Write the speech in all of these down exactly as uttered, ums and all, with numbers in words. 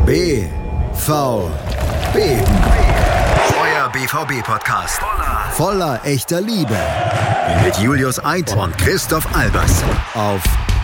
B V B. Euer B V B-Podcast. Voller echter Liebe. Mit Julius Eid und Christoph Albers. Auf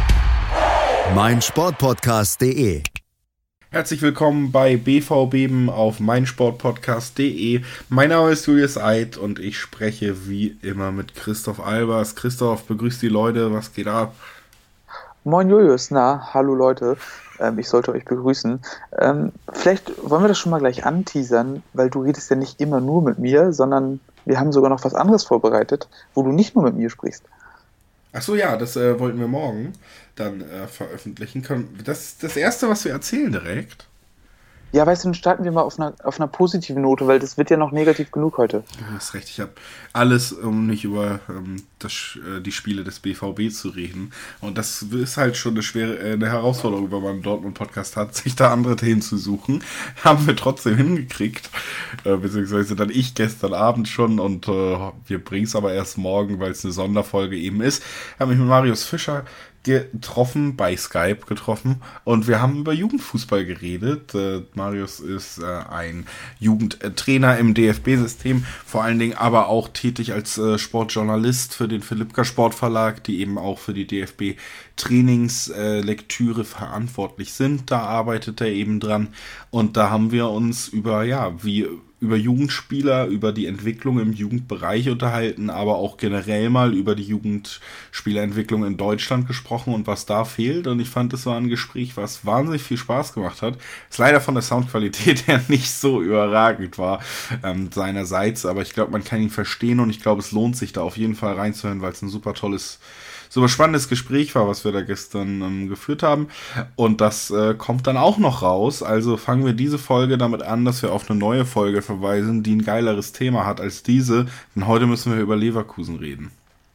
meinsportpodcast punkt de. Herzlich willkommen bei B V Beben auf meinsportpodcast punkt de. Mein Name ist Julius Eid und ich spreche wie immer mit Christoph Albers. Christoph, begrüß die Leute, was geht ab? Moin Julius, na, hallo Leute, ähm, ich sollte euch begrüßen. Ähm, vielleicht wollen wir das schon mal gleich anteasern, weil du redest ja nicht immer nur mit mir, sondern wir haben sogar noch was anderes vorbereitet, wo du nicht nur mit mir sprichst. Ach so, ja, das äh, wollten wir morgen dann äh, veröffentlichen können. Das ist das Erste, was wir erzählen direkt. Ja, weißt du, dann starten wir mal auf einer, auf einer positiven Note, weil das wird ja noch negativ genug heute. Du hast recht, ich habe alles, um nicht über ähm, das, äh, die Spiele des B V B zu reden. Und das ist halt schon eine schwere äh, eine Herausforderung, wenn man einen Dortmund-Podcast hat, sich da andere Themen zu suchen. Haben wir trotzdem hingekriegt, äh, beziehungsweise dann ich gestern Abend schon und äh, wir bringen es aber erst morgen, weil es eine Sonderfolge eben ist. Ich habe mich mit Marius Fischer getroffen, bei Skype getroffen und wir haben über Jugendfußball geredet. Äh, Marius ist äh, ein Jugendtrainer im D F B-System, vor allen Dingen aber auch tätig als äh, Sportjournalist für den Philippka Sportverlag, die eben auch für die D F B-Trainingslektüre äh, verantwortlich sind. Da arbeitet er eben dran und da haben wir uns über, ja, wie über Jugendspieler, über die Entwicklung im Jugendbereich unterhalten, aber auch generell mal über die Jugendspielerentwicklung in Deutschland gesprochen und was da fehlt. Und ich fand, es war ein Gespräch, was wahnsinnig viel Spaß gemacht hat. Es leider von der Soundqualität her nicht so überragend war ähm, seinerseits, aber ich glaube, man kann ihn verstehen und ich glaube, es lohnt sich da auf jeden Fall reinzuhören, weil es ein super tolles super spannendes Gespräch war, was wir da gestern ähm, geführt haben. Und das äh, kommt dann auch noch raus. Also fangen wir diese Folge damit an, dass wir auf eine neue Folge verweisen, die ein geileres Thema hat als diese. Denn heute müssen wir über Leverkusen reden.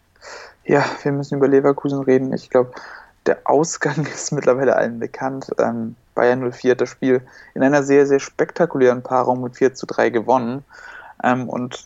Ja, wir müssen über Leverkusen reden. Ich glaube, der Ausgang ist mittlerweile allen bekannt. Ähm, Bayern null vier hat das Spiel in einer sehr, sehr spektakulären Paarung mit vier zu drei gewonnen. Ähm, und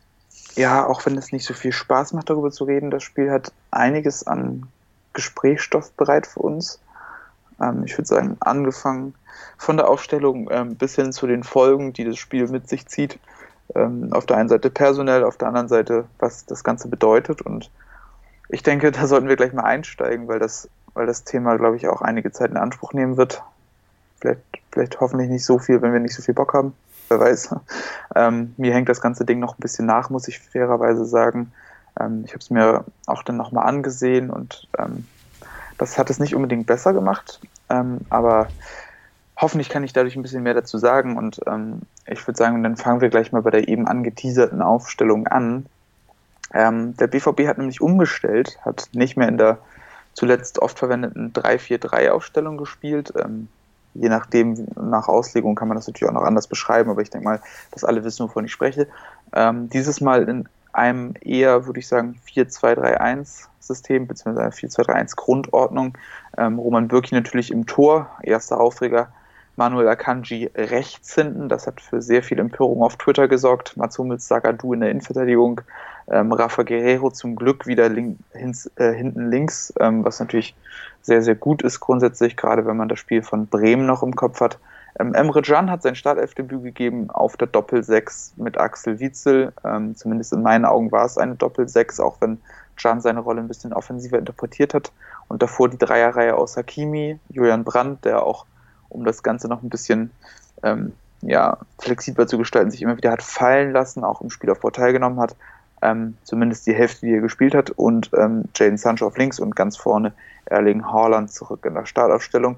ja, auch wenn es nicht so viel Spaß macht, darüber zu reden, das Spiel hat einiges an Gesprächsstoff bereit für uns. Ähm, ich würde sagen, angefangen von der Aufstellung ähm, bis hin zu den Folgen, die das Spiel mit sich zieht. Ähm, auf der einen Seite personell, auf der anderen Seite, was das Ganze bedeutet. Und ich denke, da sollten wir gleich mal einsteigen, weil das, weil das Thema, glaube ich, auch einige Zeit in Anspruch nehmen wird. Vielleicht, vielleicht hoffentlich nicht so viel, wenn wir nicht so viel Bock haben. Wer weiß. Ähm, mir hängt das ganze Ding noch ein bisschen nach, muss ich fairerweise sagen. Ähm, ich habe es mir auch dann nochmal angesehen und ähm, das hat es nicht unbedingt besser gemacht, ähm, aber hoffentlich kann ich dadurch ein bisschen mehr dazu sagen und ähm, ich würde sagen, dann fangen wir gleich mal bei der eben angeteaserten Aufstellung an. Ähm, der B V B hat nämlich umgestellt, hat nicht mehr in der zuletzt oft verwendeten drei vier drei Aufstellung gespielt. Ähm, Je nachdem, nach Auslegung kann man das natürlich auch noch anders beschreiben, aber ich denke mal, dass alle wissen, wovon ich spreche. Ähm, dieses Mal in einem eher, würde ich sagen, vier zwei drei eins System, beziehungsweise vier zwei drei eins Grundordnung. Ähm, Roman Bürki natürlich im Tor, erster Aufreger. Manuel Akanji rechts hinten, das hat für sehr viel Empörung auf Twitter gesorgt. Mats Hummels, Zagadou in der Innenverteidigung. Ähm, Rafa Guerreiro zum Glück wieder link, hins, äh, hinten links, ähm, was natürlich sehr, sehr gut ist grundsätzlich, gerade wenn man das Spiel von Bremen noch im Kopf hat. Ähm, Emre Can hat sein Startelfdebüt gegeben auf der Doppel-sechs mit Axel Witsel. Ähm, zumindest in meinen Augen war es eine Doppel-sechs, auch wenn Can seine Rolle ein bisschen offensiver interpretiert hat. Und davor die Dreierreihe aus Hakimi, Julian Brandt, der auch, um das Ganze noch ein bisschen ähm, ja, flexibler zu gestalten, sich immer wieder hat fallen lassen, auch im Spielaufbau teilgenommen hat. Ähm, zumindest die Hälfte, die er gespielt hat. Und ähm, Jadon Sancho auf links und ganz vorne Erling Haaland zurück in der Startaufstellung.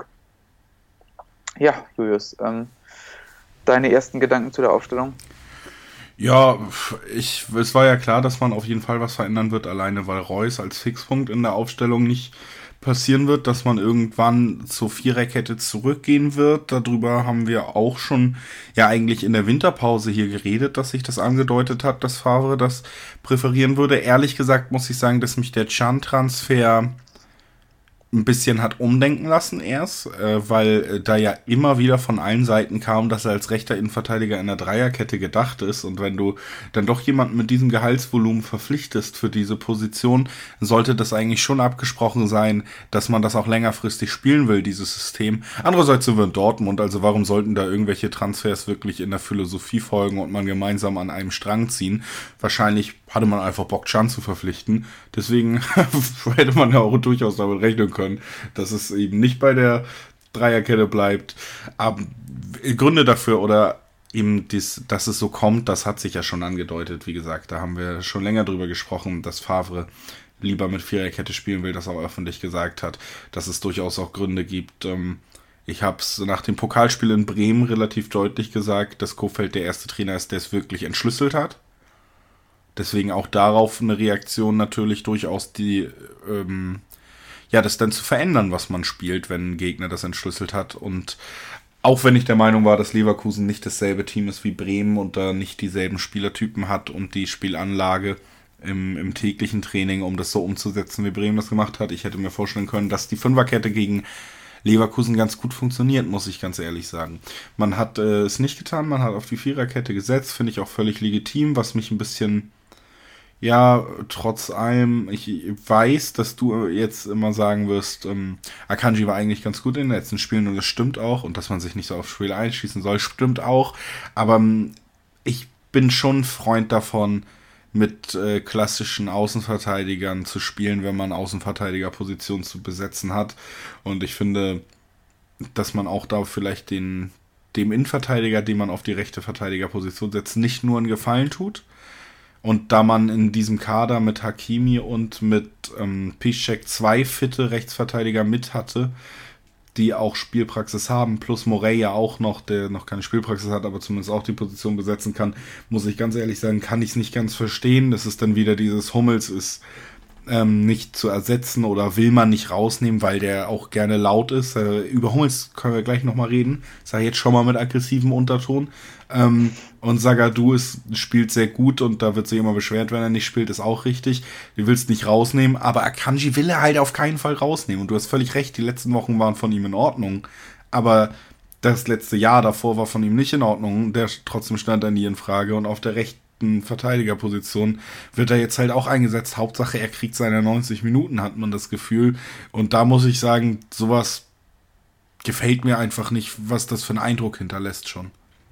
Ja, Julius, ähm, deine ersten Gedanken zu der Aufstellung? Ja, ich, es war ja klar, dass man auf jeden Fall was verändern wird, alleine weil Reus als Fixpunkt in der Aufstellung nicht passieren wird, dass man irgendwann zur Viererkette zurückgehen wird. Darüber haben wir auch schon ja eigentlich in der Winterpause hier geredet, dass sich das angedeutet hat, dass Favre das präferieren würde. Ehrlich gesagt muss ich sagen, dass mich der Can-Transfer ein bisschen hat umdenken lassen erst, äh, weil äh, da ja immer wieder von allen Seiten kam, dass er als rechter Innenverteidiger in der Dreierkette gedacht ist, und wenn du dann doch jemanden mit diesem Gehaltsvolumen verpflichtest für diese Position, sollte das eigentlich schon abgesprochen sein, dass man das auch längerfristig spielen will, dieses System. Andererseits sind wir in Dortmund, also warum sollten da irgendwelche Transfers wirklich in der Philosophie folgen und man gemeinsam an einem Strang ziehen? Wahrscheinlich hatte man einfach Bock, Can zu verpflichten, deswegen hätte man ja auch durchaus damit rechnen können, dass es eben nicht bei der Dreierkette bleibt. Aber Gründe dafür oder eben, dies, dass es so kommt, das hat sich ja schon angedeutet. Wie gesagt, da haben wir schon länger drüber gesprochen, dass Favre lieber mit Viererkette spielen will, das auch öffentlich gesagt hat, dass es durchaus auch Gründe gibt. Ich habe es nach dem Pokalspiel in Bremen relativ deutlich gesagt, dass Kohfeldt der erste Trainer ist, der es wirklich entschlüsselt hat. Deswegen auch darauf eine Reaktion natürlich durchaus die, ähm, ja, das dann zu verändern, was man spielt, wenn ein Gegner das entschlüsselt hat. Und auch wenn ich der Meinung war, dass Leverkusen nicht dasselbe Team ist wie Bremen und da nicht dieselben Spielertypen hat und die Spielanlage im, im täglichen Training, um das so umzusetzen, wie Bremen das gemacht hat. Ich hätte mir vorstellen können, dass die Fünferkette gegen Leverkusen ganz gut funktioniert, muss ich ganz ehrlich sagen. Man hat äh, es nicht getan, man hat auf die Viererkette gesetzt, finde ich auch völlig legitim, was mich ein bisschen... Ja, trotz allem, ich weiß, dass du jetzt immer sagen wirst, ähm, Akanji war eigentlich ganz gut in den letzten Spielen und das stimmt auch, und dass man sich nicht so aufs Spiel einschießen soll, stimmt auch, aber ähm, ich bin schon Freund davon, mit äh, klassischen Außenverteidigern zu spielen, wenn man Außenverteidigerposition zu besetzen hat, und ich finde, dass man auch da vielleicht den dem Innenverteidiger, den man auf die rechte Verteidigerposition setzt, nicht nur einen Gefallen tut. Und da man in diesem Kader mit Hakimi und mit ähm, Piszczek zwei fitte Rechtsverteidiger mit hatte, die auch Spielpraxis haben, plus Morey ja auch noch, der noch keine Spielpraxis hat, aber zumindest auch die Position besetzen kann, muss ich ganz ehrlich sagen, kann ich es nicht ganz verstehen. Das ist dann wieder dieses Hummels ist ähm, nicht zu ersetzen oder will man nicht rausnehmen, weil der auch gerne laut ist. Äh, über Hummels können wir gleich nochmal reden. Sag jetzt schon mal mit aggressivem Unterton. Ähm, und Zagadou ist, spielt sehr gut und da wird sich immer beschwert, wenn er nicht spielt, ist auch richtig. Du willst nicht rausnehmen, aber Akanji will er halt auf keinen Fall rausnehmen. Und du hast völlig recht, die letzten Wochen waren von ihm in Ordnung. Aber das letzte Jahr davor war von ihm nicht in Ordnung. Der trotzdem stand er nie in Frage. Und auf der rechten Verteidigerposition wird er jetzt halt auch eingesetzt. Hauptsache, er kriegt seine neunzig Minuten, hat man das Gefühl. Und da muss ich sagen, sowas gefällt mir einfach nicht, was das für einen Eindruck hinterlässt schon.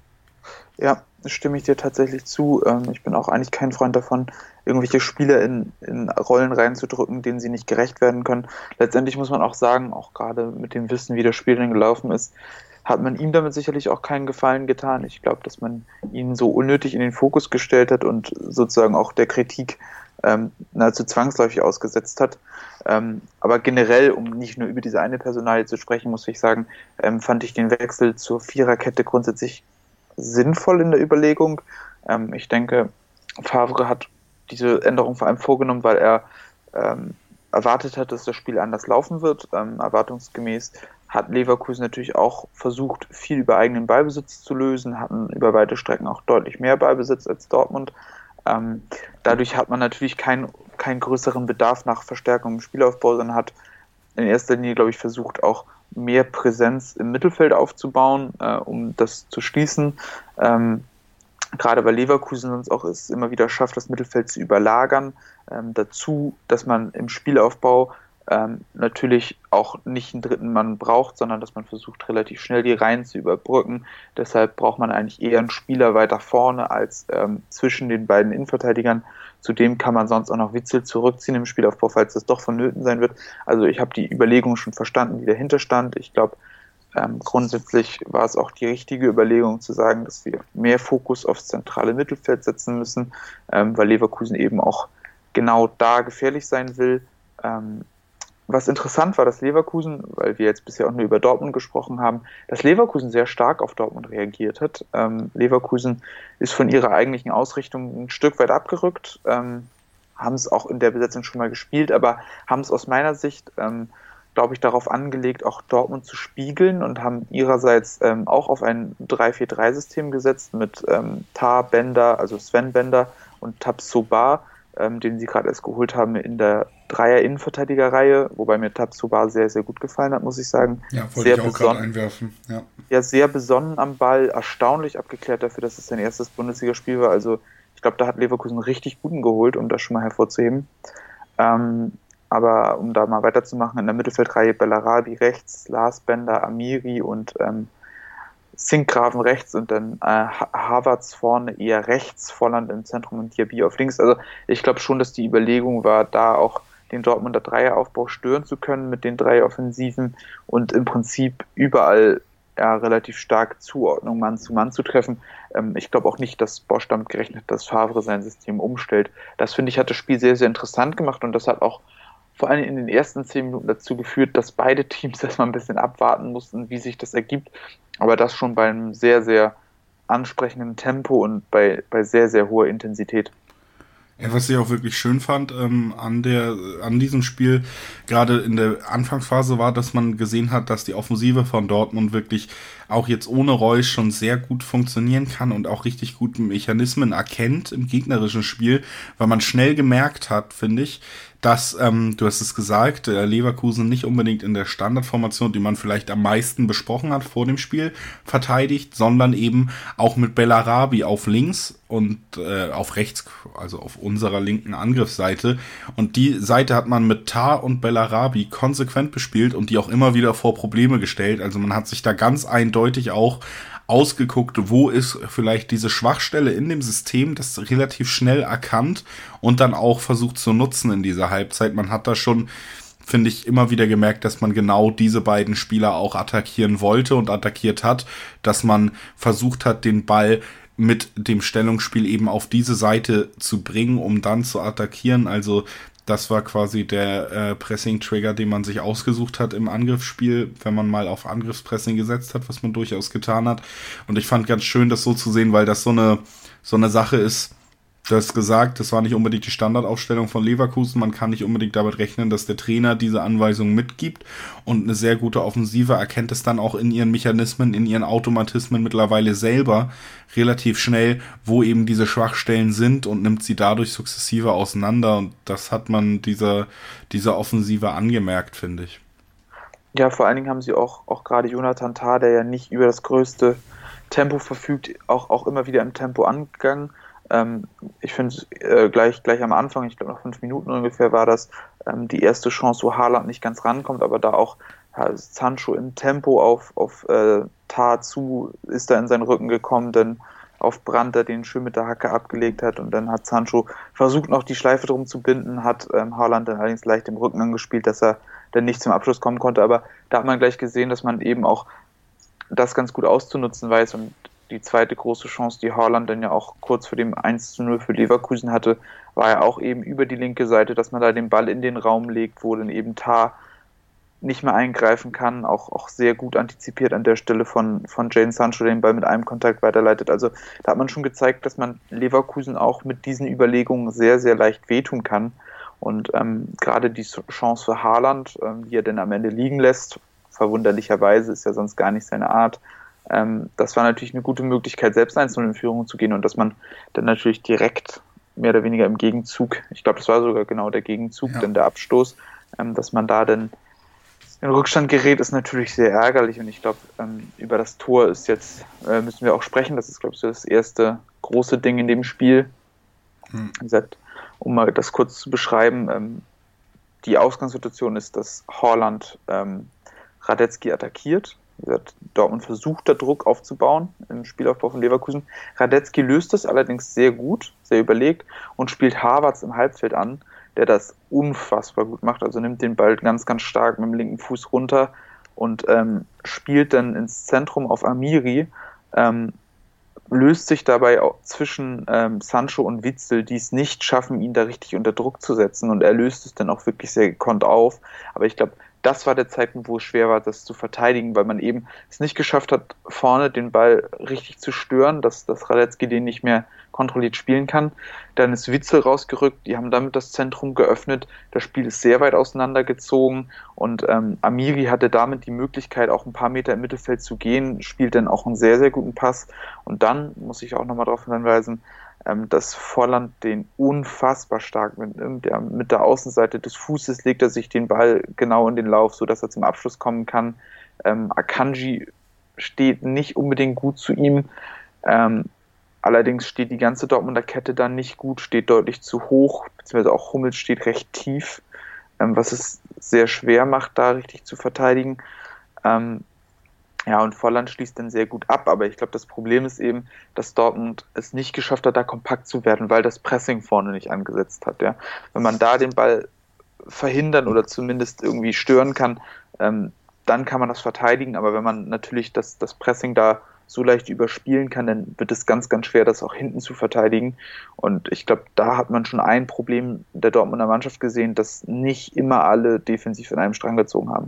Ja, stimme ich dir tatsächlich zu. Ich bin auch eigentlich kein Freund davon, irgendwelche Spieler in, in Rollen reinzudrücken, denen sie nicht gerecht werden können. Letztendlich muss man auch sagen, auch gerade mit dem Wissen, wie das Spiel denn gelaufen ist, hat man ihm damit sicherlich auch keinen Gefallen getan. Ich glaube, dass man ihn so unnötig in den Fokus gestellt hat und sozusagen auch der Kritik ähm, nahezu zwangsläufig ausgesetzt hat. Ähm, aber generell, um nicht nur über diese eine Personalie zu sprechen, muss ich sagen, ähm, fand ich den Wechsel zur Viererkette grundsätzlich sinnvoll in der Überlegung. Ähm, ich denke, Favre hat diese Änderung vor allem vorgenommen, weil er ähm, erwartet hat, dass das Spiel anders laufen wird. Ähm, erwartungsgemäß hat Leverkusen natürlich auch versucht, viel über eigenen Ballbesitz zu lösen, hatten über weite Strecken auch deutlich mehr Ballbesitz als Dortmund. Ähm, dadurch hat man natürlich keinen keinen größeren Bedarf nach Verstärkung im Spielaufbau, sondern hat in erster Linie, glaube ich, versucht, auch mehr Präsenz im Mittelfeld aufzubauen, äh, um das zu schließen. Ähm, gerade bei Leverkusen sonst auch es immer wieder schafft, das Mittelfeld zu überlagern. Ähm, dazu, dass man im Spielaufbau ähm, natürlich auch nicht einen dritten Mann braucht, sondern dass man versucht, relativ schnell die Reihen zu überbrücken. Deshalb braucht man eigentlich eher einen Spieler weiter vorne als ähm, zwischen den beiden Innenverteidigern. Zudem kann man sonst auch noch Witzel zurückziehen im Spielaufbau, falls das doch vonnöten sein wird. Also ich habe die Überlegung schon verstanden, die dahinter stand. Ich glaube, ähm, grundsätzlich war es auch die richtige Überlegung zu sagen, dass wir mehr Fokus aufs zentrale Mittelfeld setzen müssen, ähm, weil Leverkusen eben auch genau da gefährlich sein will. Ähm, was interessant war, dass Leverkusen, weil wir jetzt bisher auch nur über Dortmund gesprochen haben, dass Leverkusen sehr stark auf Dortmund reagiert hat. Ähm, Leverkusen ist von ihrer eigentlichen Ausrichtung ein Stück weit abgerückt, ähm, haben es auch in der Besetzung schon mal gespielt, aber haben es aus meiner Sicht, ähm, glaube ich, darauf angelegt, auch Dortmund zu spiegeln und haben ihrerseits ähm, auch auf ein drei vier drei System gesetzt mit ähm, Tar, Bender, also Sven Bender und Tabsoba ähm, den sie gerade erst geholt haben in der Dreier-Innenverteidigerreihe, wobei mir Tabsoba sehr, sehr gut gefallen hat, muss ich sagen. Ja, wollte sehr ich auch gerade einwerfen. Ja. ja, sehr besonnen am Ball, erstaunlich abgeklärt dafür, dass es sein erstes Bundesligaspiel war. Also ich glaube, da hat Leverkusen einen richtig guten geholt, um das schon mal hervorzuheben. Ähm, aber um da mal weiterzumachen, in der Mittelfeldreihe Bellarabi rechts, Lars Bender, Amiri und ähm, Sinkgraven rechts und dann äh, Havertz vorne eher rechts, Volland im Zentrum und Diaby auf links. Also ich glaube schon, dass die Überlegung war, da auch den Dortmunder Dreieraufbau stören zu können mit den drei Offensiven und im Prinzip überall ja, relativ stark Zuordnung Mann zu Mann zu treffen. Ähm, ich glaube auch nicht, dass Bosz damit gerechnet hat, dass Favre sein System umstellt. Das, finde ich, hat das Spiel sehr, sehr interessant gemacht und das hat auch vor allem in den ersten zehn Minuten dazu geführt, dass beide Teams erstmal ein bisschen abwarten mussten, wie sich das ergibt. Aber das schon bei einem sehr, sehr ansprechenden Tempo und bei, bei sehr, sehr hoher Intensität. Ja, was ich auch wirklich schön fand ähm, an der an diesem Spiel, gerade in der Anfangsphase, war, dass man gesehen hat, dass die Offensive von Dortmund wirklich auch jetzt ohne Reus schon sehr gut funktionieren kann und auch richtig gute Mechanismen erkennt im gegnerischen Spiel, weil man schnell gemerkt hat, finde ich, dass, ähm, du hast es gesagt, äh, Leverkusen nicht unbedingt in der Standardformation, die man vielleicht am meisten besprochen hat vor dem Spiel, verteidigt, sondern eben auch mit Bellarabi auf links und äh, auf rechts, also auf unserer linken Angriffsseite. Und die Seite hat man mit Tah und Bellarabi konsequent bespielt und die auch immer wieder vor Probleme gestellt. Also man hat sich da ganz eindeutig auch ausgeguckt, wo ist vielleicht diese Schwachstelle in dem System, das relativ schnell erkannt und dann auch versucht zu nutzen in dieser Halbzeit. Man hat da schon, finde ich, immer wieder gemerkt, dass man genau diese beiden Spieler auch attackieren wollte und attackiert hat, dass man versucht hat, den Ball mit dem Stellungsspiel eben auf diese Seite zu bringen, um dann zu attackieren. Also das war quasi der äh, Pressing-Trigger, den man sich ausgesucht hat im Angriffsspiel, wenn man mal auf Angriffspressing gesetzt hat, was man durchaus getan hat. Und ich fand ganz schön, das so zu sehen, weil das so eine so eine Sache ist. Du hast gesagt, das war nicht unbedingt die Standardaufstellung von Leverkusen. Man kann nicht unbedingt damit rechnen, dass der Trainer diese Anweisungen mitgibt. Und eine sehr gute Offensive erkennt es dann auch in ihren Mechanismen, in ihren Automatismen mittlerweile selber relativ schnell, wo eben diese Schwachstellen sind und nimmt sie dadurch sukzessive auseinander. Und das hat man dieser, dieser Offensive angemerkt, finde ich. Ja, vor allen Dingen haben sie auch, auch gerade Jonathan Tah, der ja nicht über das größte Tempo verfügt, auch, auch immer wieder im Tempo angegangen. Ähm, ich finde äh, gleich, gleich am Anfang, ich glaube nach fünf Minuten ungefähr war das, ähm, die erste Chance, wo Haaland nicht ganz rankommt, aber da auch ja, Sancho im Tempo auf, auf äh, Tah zu, ist da in seinen Rücken gekommen, dann auf Brandt, der den schön mit der Hacke abgelegt hat und dann hat Sancho versucht noch die Schleife drum zu binden, hat ähm, Haaland dann allerdings leicht im Rücken angespielt, dass er dann nicht zum Abschluss kommen konnte, aber da hat man gleich gesehen, dass man eben auch das ganz gut auszunutzen weiß und die zweite große Chance, die Haaland dann ja auch kurz vor dem eins zu null für Leverkusen hatte, war ja auch eben über die linke Seite, dass man da den Ball in den Raum legt, wo dann eben Tah nicht mehr eingreifen kann, auch, auch sehr gut antizipiert an der Stelle von, von Jadon Sancho, den Ball mit einem Kontakt weiterleitet. Also da hat man schon gezeigt, dass man Leverkusen auch mit diesen Überlegungen sehr, sehr leicht wehtun kann. Und ähm, gerade die Chance für Haaland, ähm, die er dann am Ende liegen lässt, verwunderlicherweise, ist ja sonst gar nicht seine Art, Ähm, das war natürlich eine gute Möglichkeit, selbst eins zu null in Führung zu gehen und dass man dann natürlich direkt mehr oder weniger im Gegenzug, ich glaube, das war sogar genau der Gegenzug, ja. Dann der Abstoß, ähm, dass man da dann in Rückstand gerät, ist natürlich sehr ärgerlich und ich glaube, ähm, über das Tor ist jetzt, äh, müssen wir auch sprechen, das ist, glaube ich, so das erste große Ding in dem Spiel. Hm. Wie gesagt, um mal das kurz zu beschreiben, ähm, die Ausgangssituation ist, dass Haaland ähm, Radetzky attackiert. Wie gesagt, Dortmund versucht, da Druck aufzubauen im Spielaufbau von Leverkusen. Radetzky löst es allerdings sehr gut, sehr überlegt und spielt Havertz im Halbfeld an, der das unfassbar gut macht. Also nimmt den Ball ganz, ganz stark mit dem linken Fuß runter und ähm, spielt dann ins Zentrum auf Amiri, ähm, löst sich dabei auch zwischen ähm, Sancho und Witsel, die es nicht schaffen, ihn da richtig unter Druck zu setzen und er löst es dann auch wirklich sehr gekonnt auf. Aber ich glaube, das war der Zeitpunkt, wo es schwer war, das zu verteidigen, weil man eben es nicht geschafft hat, vorne den Ball richtig zu stören, dass, dass Radetzky den nicht mehr kontrolliert spielen kann. Dann ist Witsel rausgerückt, die haben damit das Zentrum geöffnet, das Spiel ist sehr weit auseinandergezogen und ähm, Amiri hatte damit die Möglichkeit, auch ein paar Meter im Mittelfeld zu gehen, spielt dann auch einen sehr, sehr guten Pass und dann, muss ich auch nochmal darauf hinweisen, ähm, dass Volland den unfassbar stark mit, der, mit der Außenseite des Fußes legt er sich den Ball genau in den Lauf, sodass er zum Abschluss kommen kann. Ähm, Akanji steht nicht unbedingt gut zu ihm. Ähm, allerdings steht die ganze Dortmunder Kette dann nicht gut, steht deutlich zu hoch, beziehungsweise auch Hummels steht recht tief, ähm, was es sehr schwer macht, da richtig zu verteidigen. Ähm, ja, und Volland schließt dann sehr gut ab, aber ich glaube, das Problem ist eben, dass Dortmund es nicht geschafft hat, da kompakt zu werden, weil das Pressing vorne nicht angesetzt hat. Ja. Wenn man da den Ball verhindern oder zumindest irgendwie stören kann, ähm, dann kann man das verteidigen, aber wenn man natürlich das, das Pressing da so leicht überspielen kann, dann wird es ganz, ganz schwer, das auch hinten zu verteidigen. Und ich glaube, da hat man schon ein Problem der Dortmunder Mannschaft gesehen, dass nicht immer alle defensiv in einem Strang gezogen haben.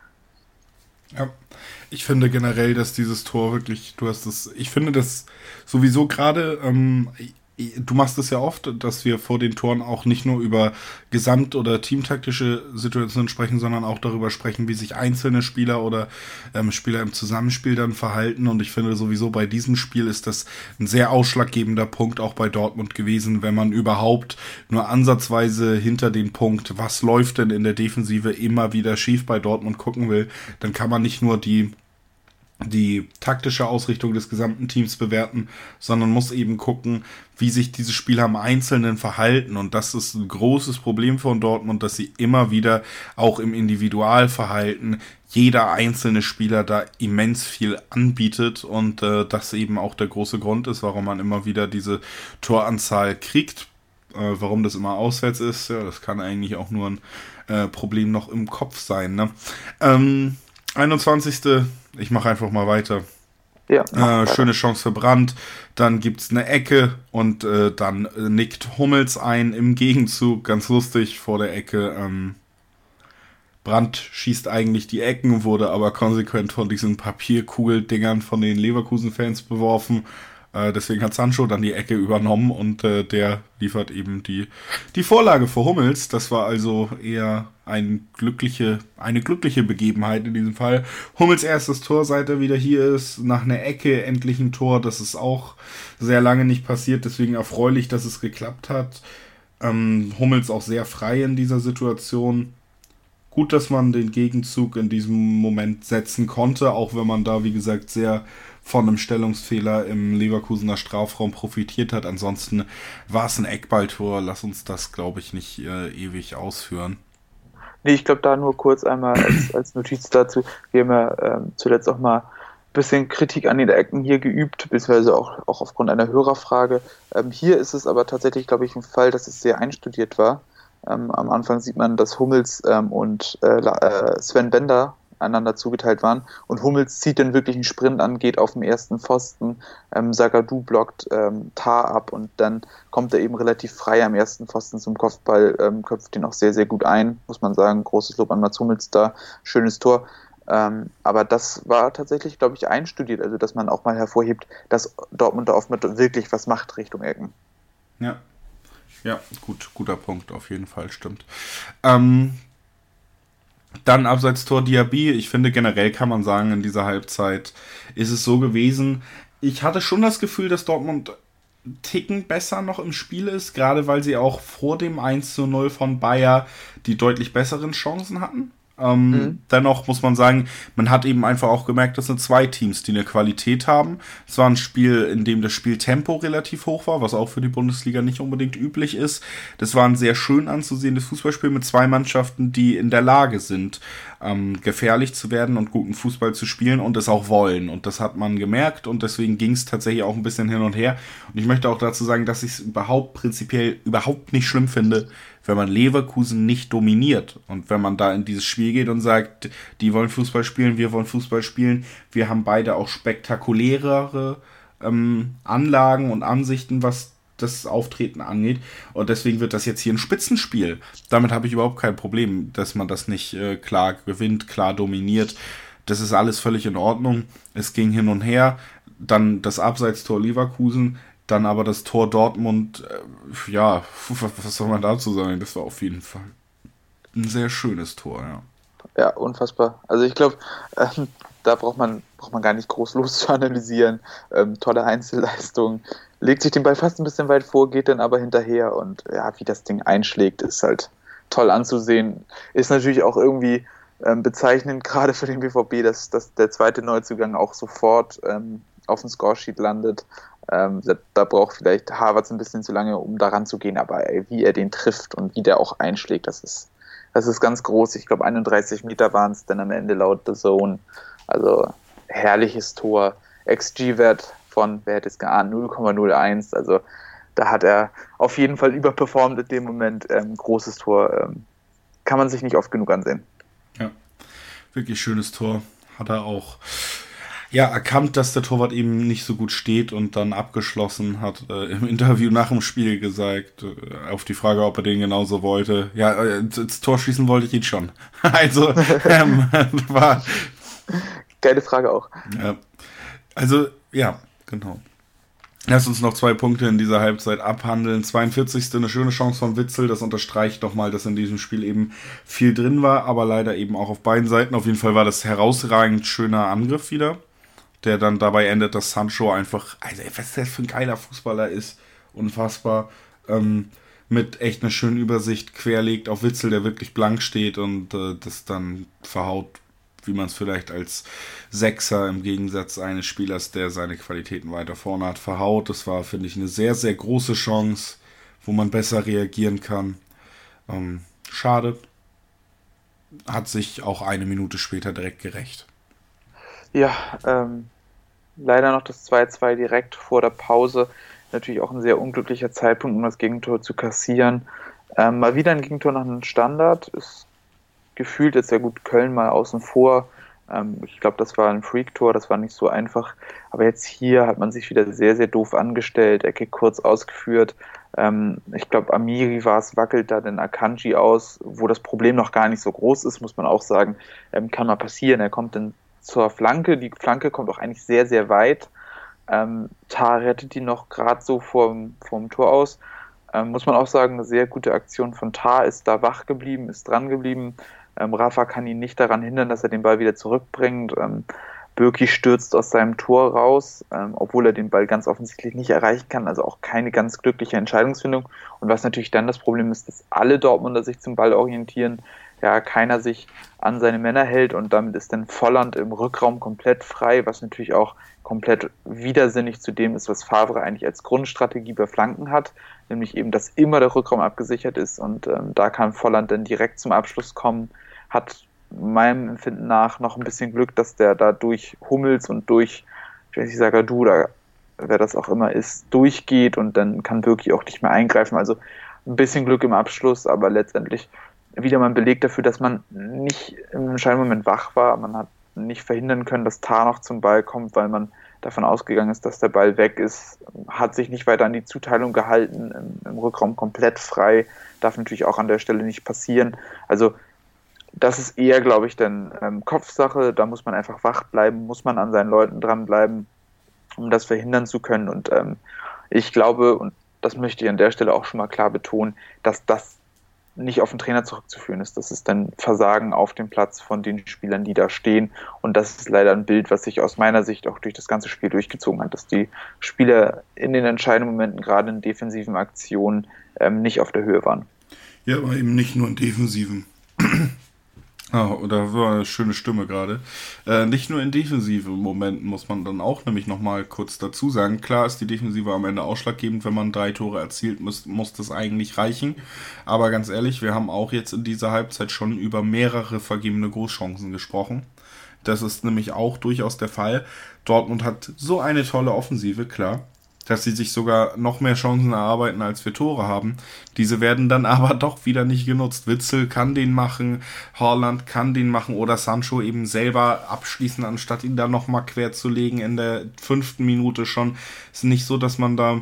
Ja, ich finde generell, dass dieses Tor wirklich, du hast es, ich finde das sowieso gerade, ähm, du machst es ja oft, dass wir vor den Toren auch nicht nur über gesamt- oder teamtaktische Situationen sprechen, sondern auch darüber sprechen, wie sich einzelne Spieler oder ähm, Spieler im Zusammenspiel dann verhalten. Und ich finde sowieso bei diesem Spiel ist das ein sehr ausschlaggebender Punkt auch bei Dortmund gewesen, wenn man überhaupt nur ansatzweise hinter den Punkt, was läuft denn in der Defensive immer wieder schief bei Dortmund gucken will, dann kann man nicht nur die die taktische Ausrichtung des gesamten Teams bewerten, sondern muss eben gucken, wie sich diese Spieler im Einzelnen verhalten. Und das ist ein großes Problem von Dortmund, dass sie immer wieder auch im Individualverhalten jeder einzelne Spieler da immens viel anbietet und äh, das eben auch der große Grund ist, warum man immer wieder diese Toranzahl kriegt. Äh, warum das immer auswärts ist, ja, das kann eigentlich auch nur ein äh, Problem noch im Kopf sein. Ne? Ähm, einundzwanzigste Ich mache einfach mal weiter. Ja, äh, schöne Chance für Brandt. Dann gibt's eine Ecke und äh, dann äh, nickt Hummels ein im Gegenzug. Ganz lustig vor der Ecke. Ähm, Brandt schießt eigentlich die Ecken, wurde aber konsequent von diesen Papierkugeldingern von den Leverkusen-Fans beworfen. Äh, deswegen hat Sancho dann die Ecke übernommen und äh, der liefert eben die, die Vorlage für Hummels. Das war also eher ein glückliche, eine glückliche Begebenheit in diesem Fall. Hummels erstes Tor, seit er wieder hier ist, nach einer Ecke endlich ein Tor. Das ist auch sehr lange nicht passiert, deswegen erfreulich, dass es geklappt hat. Ähm, Hummels auch sehr frei in dieser Situation. Gut, dass man den Gegenzug in diesem Moment setzen konnte, auch wenn man da, wie gesagt, sehr von einem Stellungsfehler im Leverkusener Strafraum profitiert hat. Ansonsten war es ein Eckballtor. Lass uns das, glaube ich, nicht äh, ewig ausführen. Nee, ich glaube, da nur kurz einmal als, als Notiz dazu. Wir haben ja ähm, zuletzt auch mal ein bisschen Kritik an den Ecken hier geübt, beziehungsweise auch, auch aufgrund einer Hörerfrage. Ähm, hier ist es aber tatsächlich, glaube ich, ein Fall, dass es sehr einstudiert war. Ähm, am Anfang sieht man, dass Hummels ähm, und äh, Sven Bender einander zugeteilt waren und Hummels zieht dann wirklich einen Sprint an, geht auf den ersten Pfosten, ähm, Zagadou blockt ähm, Tah ab und dann kommt er eben relativ frei am ersten Pfosten zum Kopfball, ähm, köpft ihn auch sehr, sehr gut ein, muss man sagen, großes Lob an Mats Hummels da, schönes Tor, ähm, aber das war tatsächlich, glaube ich, einstudiert, also dass man auch mal hervorhebt, dass Dortmund da oft mit wirklich was macht Richtung Ecken. Ja. Ja, gut, guter Punkt, auf jeden Fall, stimmt. Ähm, dann Abseits-Tor Diaby. Ich finde, generell kann man sagen, in dieser Halbzeit ist es so gewesen. Ich hatte schon das Gefühl, dass Dortmund einen Ticken besser noch im Spiel ist, gerade weil sie auch vor dem eins zu null von Bayer die deutlich besseren Chancen hatten. Ähm, mhm. Dennoch muss man sagen, man hat eben einfach auch gemerkt, das sind zwei Teams, die eine Qualität haben. Es war ein Spiel, in dem das Spieltempo relativ hoch war, was auch für die Bundesliga nicht unbedingt üblich ist. Das war ein sehr schön anzusehendes Fußballspiel mit zwei Mannschaften, die in der Lage sind, ähm, gefährlich zu werden und guten Fußball zu spielen und es auch wollen. Und das hat man gemerkt und deswegen ging es tatsächlich auch ein bisschen hin und her. Und ich möchte auch dazu sagen, dass ich es überhaupt prinzipiell überhaupt nicht schlimm finde, wenn man Leverkusen nicht dominiert und wenn man da in dieses Spiel geht und sagt, die wollen Fußball spielen, wir wollen Fußball spielen, wir haben beide auch spektakulärere ähm, Anlagen und Ansichten, was das Auftreten angeht und deswegen wird das jetzt hier ein Spitzenspiel. Damit habe ich überhaupt kein Problem, dass man das nicht äh, klar gewinnt, klar dominiert. Das ist alles völlig in Ordnung. Es ging hin und her, dann das Abseitstor Leverkusen, dann aber das Tor Dortmund, äh, ja, was soll man dazu sagen? Das war auf jeden Fall ein sehr schönes Tor, ja. Ja, unfassbar. Also ich glaube, ähm, da braucht man, braucht man gar nicht groß loszuanalysieren. Ähm, tolle Einzelleistung. Legt sich den Ball fast ein bisschen weit vor, geht dann aber hinterher und ja, wie das Ding einschlägt, ist halt toll anzusehen. Ist natürlich auch irgendwie ähm, bezeichnend, gerade für den B V B, dass, dass der zweite Neuzugang auch sofort ähm, auf dem Scoresheet landet. Ähm, da, da braucht vielleicht Havertz ein bisschen zu lange, um daran zu gehen, aber ey, wie er den trifft und wie der auch einschlägt, das ist, das ist ganz groß. Ich glaube, einunddreißig Meter waren es dann am Ende laut The Zone. Also herrliches Tor. X G-Wert von, wer hätte es geahnt, null Komma null eins. Also da hat er auf jeden Fall überperformt in dem Moment. Ähm, großes Tor. Ähm, kann man sich nicht oft genug ansehen. Ja, wirklich schönes Tor. Hat er auch ja, erkannt, dass der Torwart eben nicht so gut steht und dann abgeschlossen, hat äh, im Interview nach dem Spiel gesagt, äh, auf die Frage, ob er den genauso wollte. Ja, äh, ins Tor schießen wollte ich ihn schon. Also, ähm, war... Geile Frage auch. Ja, also, ja, genau. Lass uns noch zwei Punkte in dieser Halbzeit abhandeln. zweiundvierzigste eine schöne Chance von Witsel. Das unterstreicht nochmal, dass in diesem Spiel eben viel drin war, aber leider eben auch auf beiden Seiten. Auf jeden Fall war das herausragend schöner Angriff wieder, der dann dabei endet, dass Sancho einfach, also was der für ein geiler Fußballer ist, unfassbar, ähm, mit echt einer schönen Übersicht querlegt auf Witsel, der wirklich blank steht und äh, das dann verhaut, wie man es vielleicht als Sechser im Gegensatz eines Spielers, der seine Qualitäten weiter vorne hat, verhaut. Das war, finde ich, eine sehr, sehr große Chance, wo man besser reagieren kann. Ähm, schade. Hat sich auch eine Minute später direkt gerächt. Ja, ähm, leider noch das zwei zwei direkt vor der Pause. Natürlich auch ein sehr unglücklicher Zeitpunkt, um das Gegentor zu kassieren. Ähm, mal wieder ein Gegentor nach einem Standard. Ist gefühlt jetzt ja gut Köln mal außen vor. Ähm, ich glaube, das war ein Freak-Tor, das war nicht so einfach. Aber jetzt hier hat man sich wieder sehr, sehr doof angestellt. Ecke kurz ausgeführt. Ähm, ich glaube, Amiri war es, wackelt da den Akanji aus, wo das Problem noch gar nicht so groß ist, muss man auch sagen. Ähm, kann mal passieren. Er kommt dann zur Flanke. Die Flanke kommt auch eigentlich sehr, sehr weit. Ähm, Tah rettet die noch gerade so vorm, vorm Tor aus. Ähm, muss man auch sagen, eine sehr gute Aktion von Tah, ist da wach geblieben, ist dran geblieben. Ähm, Rafa kann ihn nicht daran hindern, dass er den Ball wieder zurückbringt. Ähm, Bürki stürzt aus seinem Tor raus, ähm, obwohl er den Ball ganz offensichtlich nicht erreichen kann. Also auch keine ganz glückliche Entscheidungsfindung. Und was natürlich dann das Problem ist, dass alle Dortmunder sich zum Ball orientieren, ja, keiner sich an seine Männer hält und damit ist dann Volland im Rückraum komplett frei, was natürlich auch komplett widersinnig zu dem ist, was Favre eigentlich als Grundstrategie bei Flanken hat, nämlich eben, dass immer der Rückraum abgesichert ist und ähm, da kann Volland dann direkt zum Abschluss kommen, hat meinem Empfinden nach noch ein bisschen Glück, dass der da durch Hummels und durch, ich weiß nicht, Sagadu oder wer das auch immer ist, durchgeht und dann kann Bürki auch nicht mehr eingreifen, also ein bisschen Glück im Abschluss, aber letztendlich wieder mal ein Beleg dafür, dass man nicht im entscheidenden Moment wach war. Man hat nicht verhindern können, dass Tah noch zum Ball kommt, weil man davon ausgegangen ist, dass der Ball weg ist. Hat sich nicht weiter an die Zuteilung gehalten, im, im Rückraum komplett frei. Darf natürlich auch an der Stelle nicht passieren. Also das ist eher, glaube ich, dann ähm, Kopfsache. Da muss man einfach wach bleiben, muss man an seinen Leuten dranbleiben, um das verhindern zu können. Und ähm, ich glaube, und das möchte ich an der Stelle auch schon mal klar betonen, dass das nicht auf den Trainer zurückzuführen ist. Das ist dann Versagen auf dem Platz von den Spielern, die da stehen. Und das ist leider ein Bild, was sich aus meiner Sicht auch durch das ganze Spiel durchgezogen hat, dass die Spieler in den entscheidenden Momenten, gerade in defensiven Aktionen, ähm, nicht auf der Höhe waren. Ja, aber eben nicht nur in defensiven. Ah, oder war eine schöne Stimme gerade. Äh, nicht nur in defensiven Momenten muss man dann auch nämlich nochmal kurz dazu sagen. Klar ist die Defensive am Ende ausschlaggebend, wenn man drei Tore erzielt, muss, muss das eigentlich reichen. Aber ganz ehrlich, wir haben auch jetzt in dieser Halbzeit schon über mehrere vergebene Großchancen gesprochen. Das ist nämlich auch durchaus der Fall. Dortmund hat so eine tolle Offensive, klar, dass sie sich sogar noch mehr Chancen erarbeiten, als wir Tore haben. Diese werden dann aber doch wieder nicht genutzt. Witsel kann den machen, Haaland kann den machen oder Sancho eben selber abschließen, anstatt ihn da nochmal quer zu legen in der fünften Minute schon. Ist nicht so, dass man da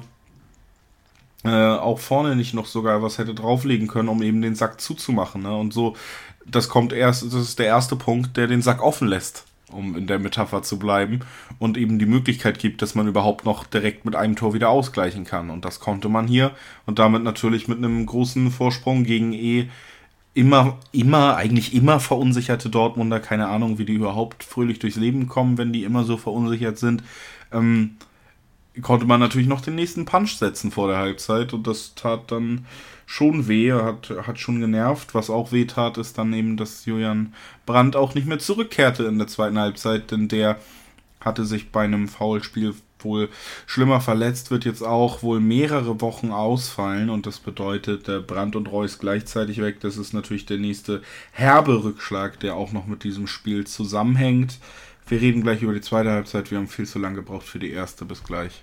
äh, auch vorne nicht noch sogar was hätte drauflegen können, um eben den Sack zuzumachen. Ne? Und so, das kommt erst, das ist der erste Punkt, der den Sack offen lässt, um in der Metapher zu bleiben, und eben die Möglichkeit gibt, dass man überhaupt noch direkt mit einem Tor wieder ausgleichen kann. Und das konnte man hier und damit natürlich mit einem großen Vorsprung gegen eh immer, immer, eigentlich immer verunsicherte Dortmunder, keine Ahnung, wie die überhaupt fröhlich durchs Leben kommen, wenn die immer so verunsichert sind, ähm, konnte man natürlich noch den nächsten Punch setzen vor der Halbzeit und das tat dann schon weh, hat, hat schon genervt. Was auch weh tat, ist dann eben, dass Julian Brandt auch nicht mehr zurückkehrte in der zweiten Halbzeit, denn der hatte sich bei einem Foulspiel wohl schlimmer verletzt, wird jetzt auch wohl mehrere Wochen ausfallen und das bedeutet, der Brandt und Reus gleichzeitig weg. Das ist natürlich der nächste herbe Rückschlag, der auch noch mit diesem Spiel zusammenhängt. Wir reden gleich über die zweite Halbzeit, wir haben viel zu lange gebraucht für die erste. Bis gleich.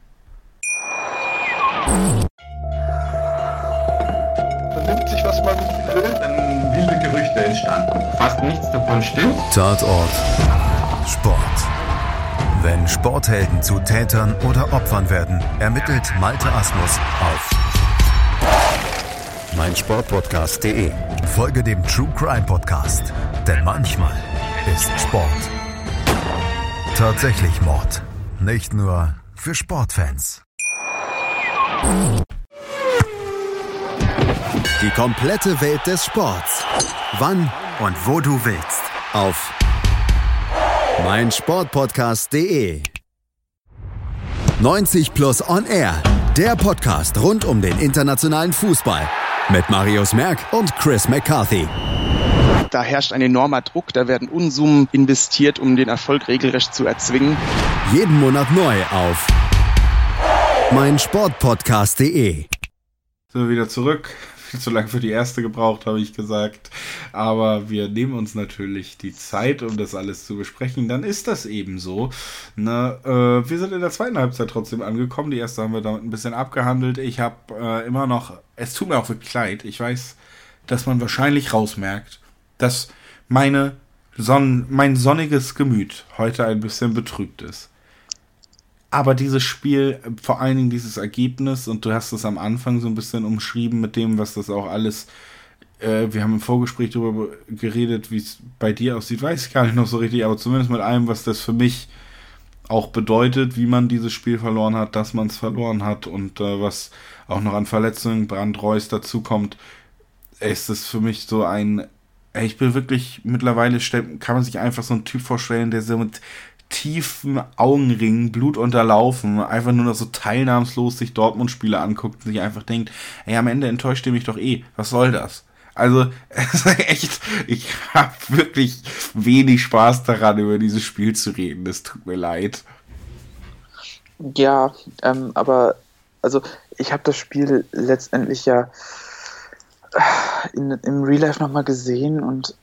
Vernimmt sich, was man will, dann wilde Gerüchte entstanden. Fast nichts davon stimmt. Tatort Sport. Wenn Sporthelden zu Tätern oder Opfern werden, ermittelt Malte Asmus auf meinsportpodcast punkt de. Folge dem True Crime Podcast, denn manchmal ist Sport tatsächlich Mord. Nicht nur für Sportfans. Die komplette Welt des Sports. Wann und wo du willst. Auf meinsportpodcast punkt de. neunzig plus on air. Der Podcast rund um den internationalen Fußball. Mit Marius Merck und Chris McCarthy. Da herrscht ein enormer Druck. Da werden Unsummen investiert, um den Erfolg regelrecht zu erzwingen. Jeden Monat neu auf meinsportpodcast punkt de. Sind wir wieder zurück. Viel zu lange für die erste gebraucht, habe ich gesagt. Aber wir nehmen uns natürlich die Zeit, um das alles zu besprechen. Dann ist das eben so. Na, äh, wir sind in der zweiten Halbzeit trotzdem angekommen. Die erste haben wir damit ein bisschen abgehandelt. Ich habe äh, immer noch, es tut mir auch wirklich leid, ich weiß, dass man wahrscheinlich rausmerkt, dass meine Son- mein sonniges Gemüt heute ein bisschen betrübt ist. Aber dieses Spiel, vor allen Dingen dieses Ergebnis, und du hast es am Anfang so ein bisschen umschrieben mit dem, was das auch alles, äh, wir haben im Vorgespräch darüber geredet, wie es bei dir aussieht, weiß ich gar nicht noch so richtig, aber zumindest mit allem, was das für mich auch bedeutet, wie man dieses Spiel verloren hat, dass man es verloren hat und äh, was auch noch an Verletzungen, Brandt, Reus dazu kommt, ist es für mich so ein, ey, ich bin wirklich, mittlerweile stell, kann man sich einfach so einen Typ vorstellen, der so mit tiefen Augenringen, Blut unterlaufen, einfach nur noch so teilnahmslos sich Dortmund-Spiele anguckt und sich einfach denkt, ey, am Ende enttäuscht ihr mich doch eh, was soll das? Also, es ist echt, ich habe wirklich wenig Spaß daran, über dieses Spiel zu reden, das tut mir leid. Ja, ähm, aber, also, ich habe das Spiel letztendlich ja in, im Real Life nochmal gesehen und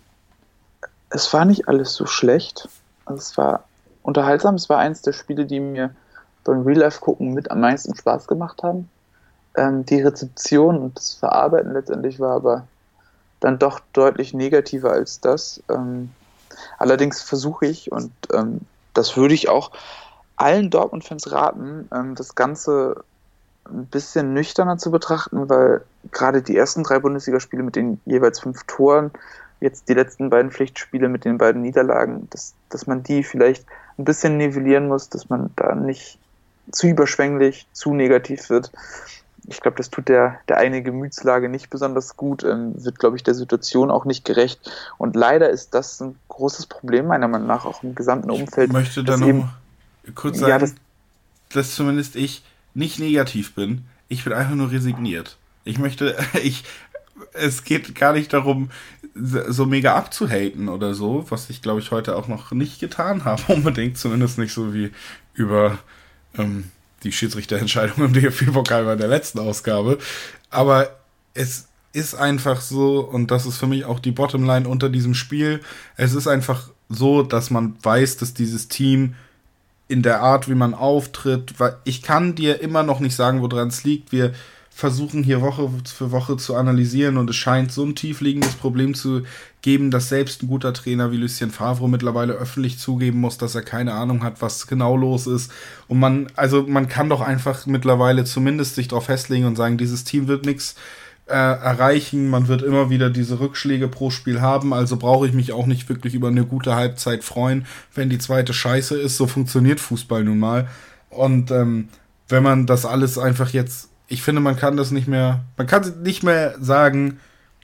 es war nicht alles so schlecht. Also es war unterhaltsam, es war eins der Spiele, die mir beim Real-Life-Gucken mit am meisten Spaß gemacht haben. Ähm, die Rezeption und das Verarbeiten letztendlich war aber dann doch deutlich negativer als das. Ähm, allerdings versuche ich, und ähm, das würde ich auch allen Dortmund-Fans raten, ähm, das Ganze ein bisschen nüchterner zu betrachten, weil gerade die ersten drei Bundesligaspiele mit den jeweils fünf Toren, jetzt die letzten beiden Pflichtspiele mit den beiden Niederlagen, dass, dass man die vielleicht ein bisschen nivellieren muss, dass man da nicht zu überschwänglich, zu negativ wird. Ich glaube, das tut der, der eigenen Gemütslage nicht besonders gut, ähm, wird, glaube ich, der Situation auch nicht gerecht. Und leider ist das ein großes Problem, meiner Meinung nach, auch im gesamten Umfeld. Ich möchte da noch eben, kurz sagen, ja, das, dass zumindest ich nicht negativ bin. Ich bin einfach nur resigniert. Ich möchte, ich, es geht gar nicht darum, so mega abzuhaten oder so, was ich, glaube ich, heute auch noch nicht getan habe, unbedingt, zumindest nicht so wie über ähm, die Schiedsrichterentscheidung im D F B-Pokal bei der letzten Ausgabe, aber es ist einfach so, und das ist für mich auch die Bottomline unter diesem Spiel, es ist einfach so, dass man weiß, dass dieses Team in der Art, wie man auftritt, weil ich kann dir immer noch nicht sagen, woran es liegt, wir versuchen hier Woche für Woche zu analysieren und es scheint so ein tiefliegendes Problem zu geben, dass selbst ein guter Trainer wie Lucien Favre mittlerweile öffentlich zugeben muss, dass er keine Ahnung hat, was genau los ist. Und man, also man kann doch einfach mittlerweile zumindest sich darauf festlegen und sagen, dieses Team wird nichts äh, erreichen, man wird immer wieder diese Rückschläge pro Spiel haben, also brauche ich mich auch nicht wirklich über eine gute Halbzeit freuen, wenn die zweite scheiße ist. So funktioniert Fußball nun mal. Und ähm, wenn man das alles einfach jetzt, ich finde, man kann das nicht mehr, man kann nicht mehr sagen,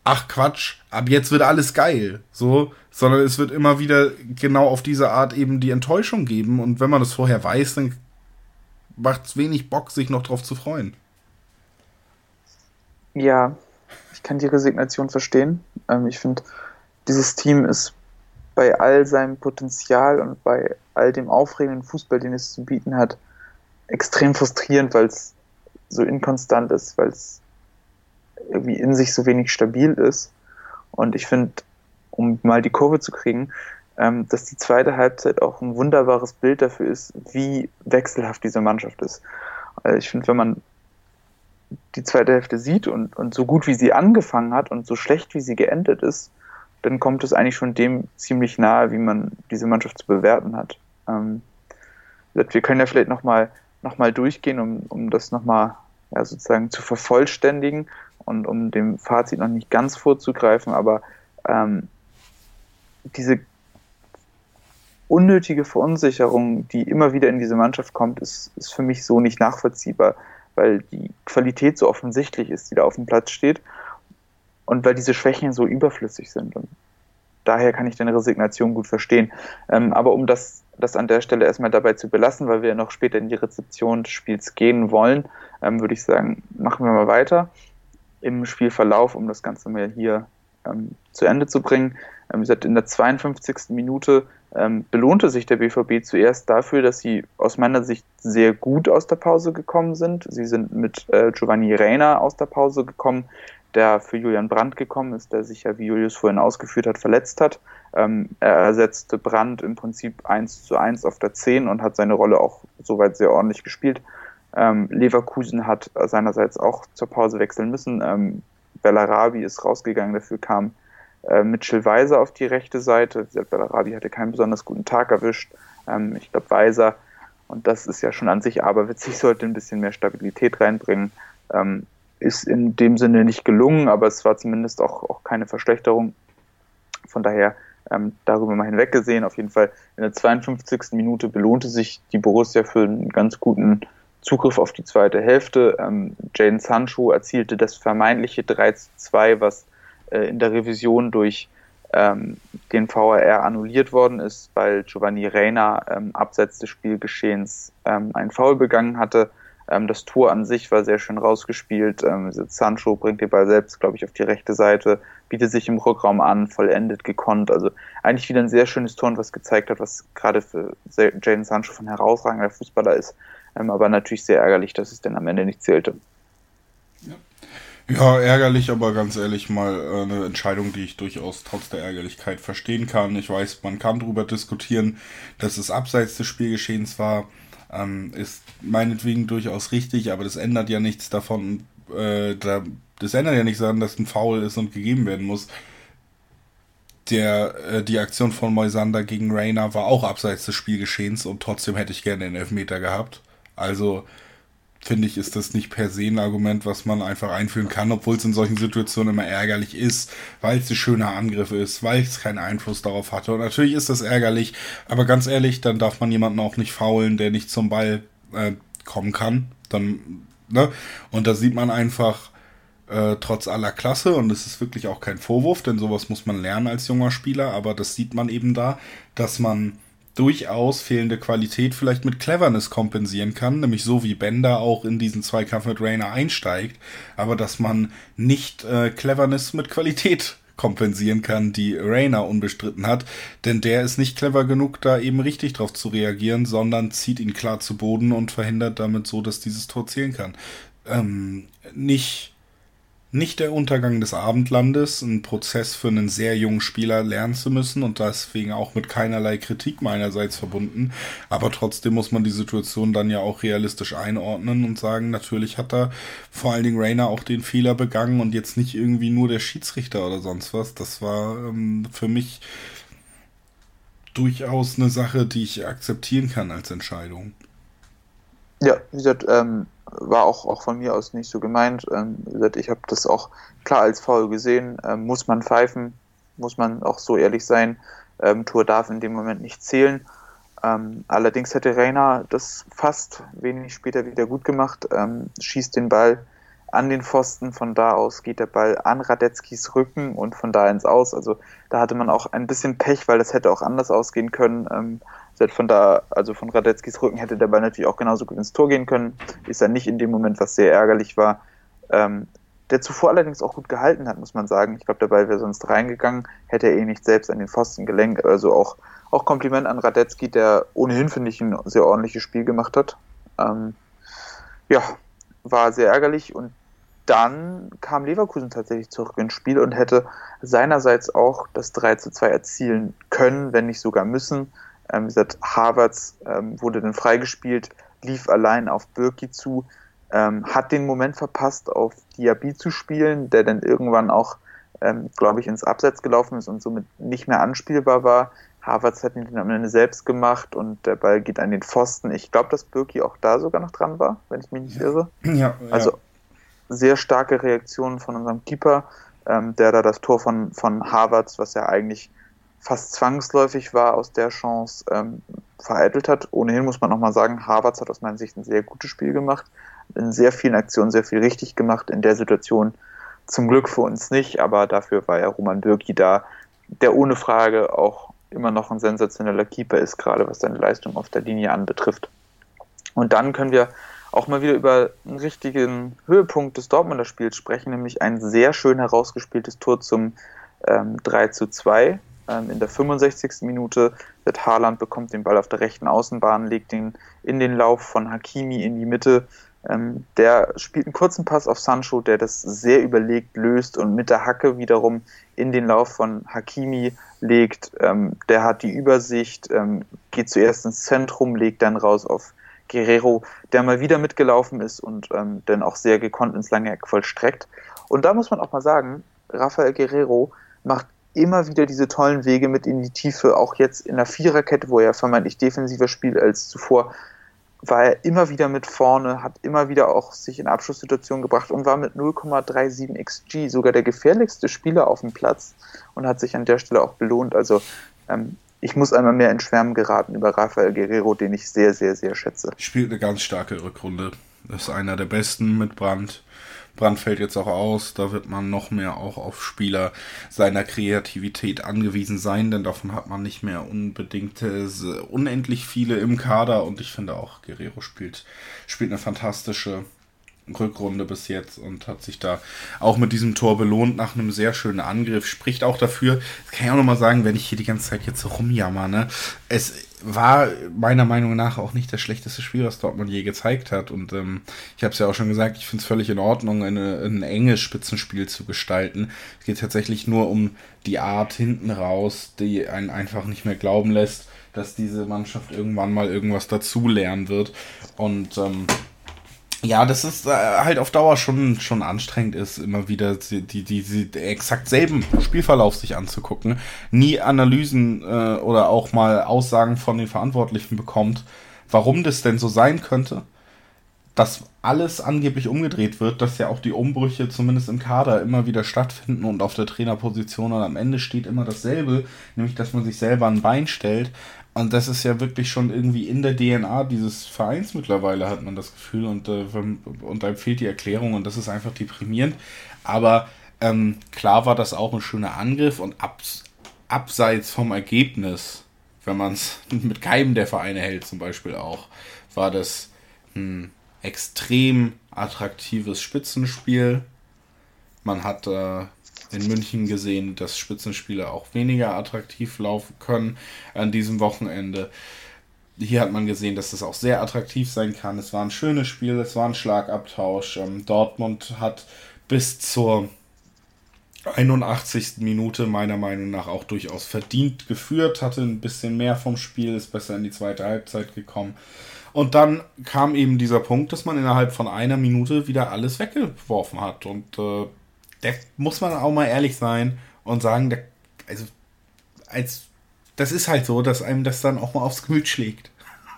ach Quatsch, ab jetzt wird alles geil, so, sondern es wird immer wieder genau auf diese Art eben die Enttäuschung geben und wenn man das vorher weiß, dann macht es wenig Bock, sich noch drauf zu freuen. Ja, ich kann die Resignation verstehen. Ähm, ich finde, dieses Team ist bei all seinem Potenzial und bei all dem aufregenden Fußball, den es zu bieten hat, extrem frustrierend, weil es so inkonstant ist, weil es irgendwie in sich so wenig stabil ist. Und ich finde, um mal die Kurve zu kriegen, ähm, dass die zweite Halbzeit auch ein wunderbares Bild dafür ist, wie wechselhaft diese Mannschaft ist. Also ich finde, wenn man die zweite Hälfte sieht und, und so gut wie sie angefangen hat und so schlecht wie sie geendet ist, dann kommt es eigentlich schon dem ziemlich nahe, wie man diese Mannschaft zu bewerten hat. Ähm, wir können ja vielleicht nochmal noch mal durchgehen, um, um das nochmal ja, sozusagen zu vervollständigen und um dem Fazit noch nicht ganz vorzugreifen, aber ähm, diese unnötige Verunsicherung, die immer wieder in diese Mannschaft kommt, ist, ist für mich so nicht nachvollziehbar, weil die Qualität so offensichtlich ist, die da auf dem Platz steht und weil diese Schwächen so überflüssig sind. Und daher kann ich deine Resignation gut verstehen. Ähm, aber um das, das an der Stelle erstmal dabei zu belassen, weil wir noch später in die Rezeption des Spiels gehen wollen, ähm, würde ich sagen, machen wir mal weiter im Spielverlauf, um das Ganze mal hier ähm, zu Ende zu bringen. Ähm, in der zweiundfünfzigsten Minute ähm, belohnte sich der B V B zuerst dafür, dass sie aus meiner Sicht sehr gut aus der Pause gekommen sind. Sie sind mit äh, Giovanni Reina aus der Pause gekommen, der für Julian Brandt gekommen ist, der sich ja, wie Julius vorhin ausgeführt hat, verletzt hat. Ähm, er ersetzte Brandt im Prinzip eins zu eins auf der zehn und hat seine Rolle auch soweit sehr ordentlich gespielt. Ähm, Leverkusen hat seinerseits auch zur Pause wechseln müssen. Ähm, Bellarabi ist rausgegangen, dafür kam äh, Mitchell Weiser auf die rechte Seite. Bellarabi hatte keinen besonders guten Tag erwischt. Ähm, ich glaube, Weiser, und das ist ja schon an sich aberwitzig, sollte ein bisschen mehr Stabilität reinbringen. Ähm, ist in dem Sinne nicht gelungen, aber es war zumindest auch, auch keine Verschlechterung. Von daher ähm, darüber mal hinweggesehen. Auf jeden Fall in der zweiundfünfzigsten Minute belohnte sich die Borussia für einen ganz guten Zugriff auf die zweite Hälfte. Ähm, Jadon Sancho erzielte das vermeintliche drei zu zwei, was äh, in der Revision durch ähm, den V A R annulliert worden ist, weil Giovanni Reina ähm, abseits des Spielgeschehens ähm, einen Foul begangen hatte. Ähm, das Tor an sich war sehr schön rausgespielt. Ähm, Sancho bringt den Ball selbst, glaube ich, auf die rechte Seite, bietet sich im Rückraum an, vollendet, gekonnt. Also eigentlich wieder ein sehr schönes Tor, was gezeigt hat, was gerade für Jadon Sancho von herausragender Fußballer ist. Ähm, aber natürlich sehr ärgerlich, dass es dann am Ende nicht zählte. Ja. Ja, ärgerlich, aber ganz ehrlich mal äh, eine Entscheidung, die ich durchaus trotz der Ärgerlichkeit verstehen kann. Ich weiß, man kann darüber diskutieren, dass es abseits des Spielgeschehens war. Ähm, ist meinetwegen durchaus richtig, aber das ändert ja nichts davon, äh, da, das ändert ja nichts daran, dass ein Foul ist und gegeben werden muss. Der, äh, die Aktion von Moisander gegen Reina war auch abseits des Spielgeschehens und trotzdem hätte ich gerne den Elfmeter gehabt. Also finde ich, ist das nicht per se ein Argument, was man einfach einführen kann, obwohl es in solchen Situationen immer ärgerlich ist, weil es ein schöner Angriff ist, weil es keinen Einfluss darauf hatte. Und natürlich ist das ärgerlich, aber ganz ehrlich, dann darf man jemanden auch nicht faulen, der nicht zum Ball äh, kommen kann. Dann, ne? Und da sieht man einfach, äh, trotz aller Klasse, und es ist wirklich auch kein Vorwurf, denn sowas muss man lernen als junger Spieler, aber das sieht man eben da, dass man durchaus fehlende Qualität vielleicht mit Cleverness kompensieren kann, nämlich so wie Bender auch in diesen Zweikampf mit Reina einsteigt, aber dass man nicht äh, Cleverness mit Qualität kompensieren kann, die Reina unbestritten hat, denn der ist nicht clever genug, da eben richtig drauf zu reagieren, sondern zieht ihn klar zu Boden und verhindert damit so, dass dieses Tor zählen kann. Ähm, nicht Nicht der Untergang des Abendlandes, ein Prozess für einen sehr jungen Spieler lernen zu müssen und deswegen auch mit keinerlei Kritik meinerseits verbunden. Aber trotzdem muss man die Situation dann ja auch realistisch einordnen und sagen, natürlich hat da vor allen Dingen Reina auch den Fehler begangen und jetzt nicht irgendwie nur der Schiedsrichter oder sonst was. Das war ähm, für mich durchaus eine Sache, die ich akzeptieren kann als Entscheidung. Ja, wie gesagt, ähm, war auch, auch von mir aus nicht so gemeint. Ähm, wie gesagt, ich habe das auch klar als Foul gesehen. Ähm, muss man pfeifen, muss man auch so ehrlich sein. Ähm, Tor darf in dem Moment nicht zählen. Ähm, allerdings hätte Reina das fast wenig später wieder gut gemacht, ähm, schießt den Ball an den Pfosten, von da aus geht der Ball an Radetzkis Rücken und von da ins Aus. Also da hatte man auch ein bisschen Pech, weil das hätte auch anders ausgehen können. Ähm, von da, also von Radetzkis Rücken hätte der Ball natürlich auch genauso gut ins Tor gehen können. Ist er nicht in dem Moment, was sehr ärgerlich war. Ähm, der zuvor allerdings auch gut gehalten hat, muss man sagen. Ich glaube, der Ball wäre sonst reingegangen, hätte er eh nicht selbst an den Pfosten gelenkt. Also auch, auch Kompliment an Radetzky, der ohnehin, finde ich, ein sehr ordentliches Spiel gemacht hat. Ähm, ja, war sehr ärgerlich und dann kam Leverkusen tatsächlich zurück ins Spiel und hätte seinerseits auch das drei zu zwei erzielen können, wenn nicht sogar müssen. Ähm, wie gesagt, Havertz ähm, wurde dann freigespielt, lief allein auf Bürki zu, ähm, hat den Moment verpasst, auf Diaby zu spielen, der dann irgendwann auch, ähm, glaube ich, ins Abseits gelaufen ist und somit nicht mehr anspielbar war. Havertz hat ihn dann am Ende selbst gemacht und der Ball geht an den Pfosten. Ich glaube, dass Bürki auch da sogar noch dran war, wenn ich mich nicht irre. Ja, ja. Also sehr starke Reaktionen von unserem Keeper, ähm, der da das Tor von, von Havertz, was ja eigentlich fast zwangsläufig war, aus der Chance ähm, vereitelt hat. Ohnehin muss man nochmal sagen, Havertz hat aus meiner Sicht ein sehr gutes Spiel gemacht, in sehr vielen Aktionen sehr viel richtig gemacht, in der Situation zum Glück für uns nicht, aber dafür war ja Roman Bürki da, der ohne Frage auch immer noch ein sensationeller Keeper ist, gerade was seine Leistung auf der Linie anbetrifft. Und dann können wir auch mal wieder über einen richtigen Höhepunkt des Dortmunder Spiels sprechen, nämlich ein sehr schön herausgespieltes Tor zum ähm, drei zu zwei. Ähm, in der fünfundsechzigsten Minute wird Haaland bekommt den Ball auf der rechten Außenbahn, legt ihn in den Lauf von Hakimi in die Mitte. Ähm, der spielt einen kurzen Pass auf Sancho, der das sehr überlegt löst und mit der Hacke wiederum in den Lauf von Hakimi legt. Ähm, der hat die Übersicht, ähm, geht zuerst ins Zentrum, legt dann raus auf Guerreiro, der mal wieder mitgelaufen ist und ähm, dann auch sehr gekonnt ins lange Eck vollstreckt. Und da muss man auch mal sagen, Rafael Guerreiro macht immer wieder diese tollen Wege mit in die Tiefe, auch jetzt in der Viererkette, wo er vermeintlich defensiver spielt als zuvor, war er immer wieder mit vorne, hat immer wieder auch sich in Abschlusssituationen gebracht und war mit null Komma siebenunddreißig X G sogar der gefährlichste Spieler auf dem Platz und hat sich an der Stelle auch belohnt. Also ähm, ich muss einmal mehr in Schwärmen geraten über Rafael Guerreiro, den ich sehr, sehr, sehr schätze. Spielt eine ganz starke Rückrunde. Ist einer der besten mit Brandt. Brandt fällt jetzt auch aus. Da wird man noch mehr auch auf Spieler seiner Kreativität angewiesen sein, denn davon hat man nicht mehr unbedingt äh, unendlich viele im Kader. Und ich finde auch, Guerreiro spielt, spielt eine fantastische Rückrunde bis jetzt und hat sich da auch mit diesem Tor belohnt nach einem sehr schönen Angriff. Spricht auch dafür, das kann ich auch nochmal sagen, wenn ich hier die ganze Zeit jetzt so rumjammer, ne? Es war meiner Meinung nach auch nicht das schlechteste Spiel, was Dortmund je gezeigt hat. Und ähm, ich habe es ja auch schon gesagt, ich finde es völlig in Ordnung, eine, ein enges Spitzenspiel zu gestalten. Es geht tatsächlich nur um die Art hinten raus, die einen einfach nicht mehr glauben lässt, dass diese Mannschaft irgendwann mal irgendwas dazulernen wird. Und ähm, ja, das ist äh, halt auf Dauer schon, schon anstrengend ist, immer wieder die, die, die, die exakt selben Spielverlauf sich anzugucken, nie Analysen äh, oder auch mal Aussagen von den Verantwortlichen bekommt, warum das denn so sein könnte, dass alles angeblich umgedreht wird, dass ja auch die Umbrüche zumindest im Kader immer wieder stattfinden und auf der Trainerposition und am Ende steht immer dasselbe, nämlich dass man sich selber ein Bein stellt. Und das ist ja wirklich schon irgendwie in der D N A dieses Vereins mittlerweile, hat man das Gefühl. Und, äh, und da fehlt die Erklärung und das ist einfach deprimierend. Aber ähm, klar war das auch ein schöner Angriff und abs- abseits vom Ergebnis, wenn man es mit keinem der Vereine hält zum Beispiel auch, war das ein extrem attraktives Spitzenspiel. Man hat äh, in München gesehen, dass Spitzenspiele auch weniger attraktiv laufen können an diesem Wochenende. Hier hat man gesehen, dass das auch sehr attraktiv sein kann. Es war ein schönes Spiel, es war ein Schlagabtausch. Ähm, Dortmund hat bis zur einundachtzigsten Minute meiner Meinung nach auch durchaus verdient geführt, hatte ein bisschen mehr vom Spiel, ist besser in die zweite Halbzeit gekommen. Und dann kam eben dieser Punkt, dass man innerhalb von einer Minute wieder alles weggeworfen hat. Und äh, da muss man auch mal ehrlich sein und sagen, der, also als das ist halt so, dass einem das dann auch mal aufs Gemüt schlägt.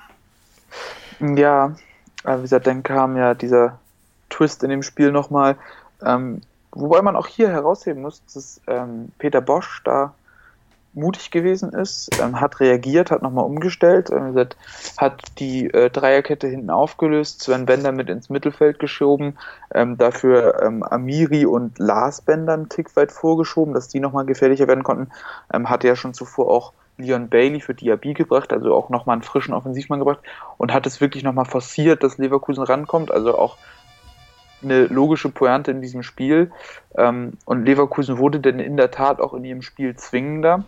Ja, wie gesagt, dann kam ja dieser Twist in dem Spiel nochmal. Ähm, wobei man auch hier herausheben muss, dass ähm, Peter Bosch da mutig gewesen ist, ähm, hat reagiert, hat nochmal umgestellt, ähm, hat die äh, Dreierkette hinten aufgelöst, Sven Bender mit ins Mittelfeld geschoben, ähm, dafür ähm, Amiri und Lars Bender einen Tick weit vorgeschoben, dass die nochmal gefährlicher werden konnten, ähm, hatte ja schon zuvor auch Leon Bailey für Diaby gebracht, also auch nochmal einen frischen Offensivmann gebracht und hat es wirklich nochmal forciert, dass Leverkusen rankommt, also auch eine logische Pointe in diesem Spiel. Ähm, und Leverkusen wurde denn in der Tat auch in ihrem Spiel zwingender,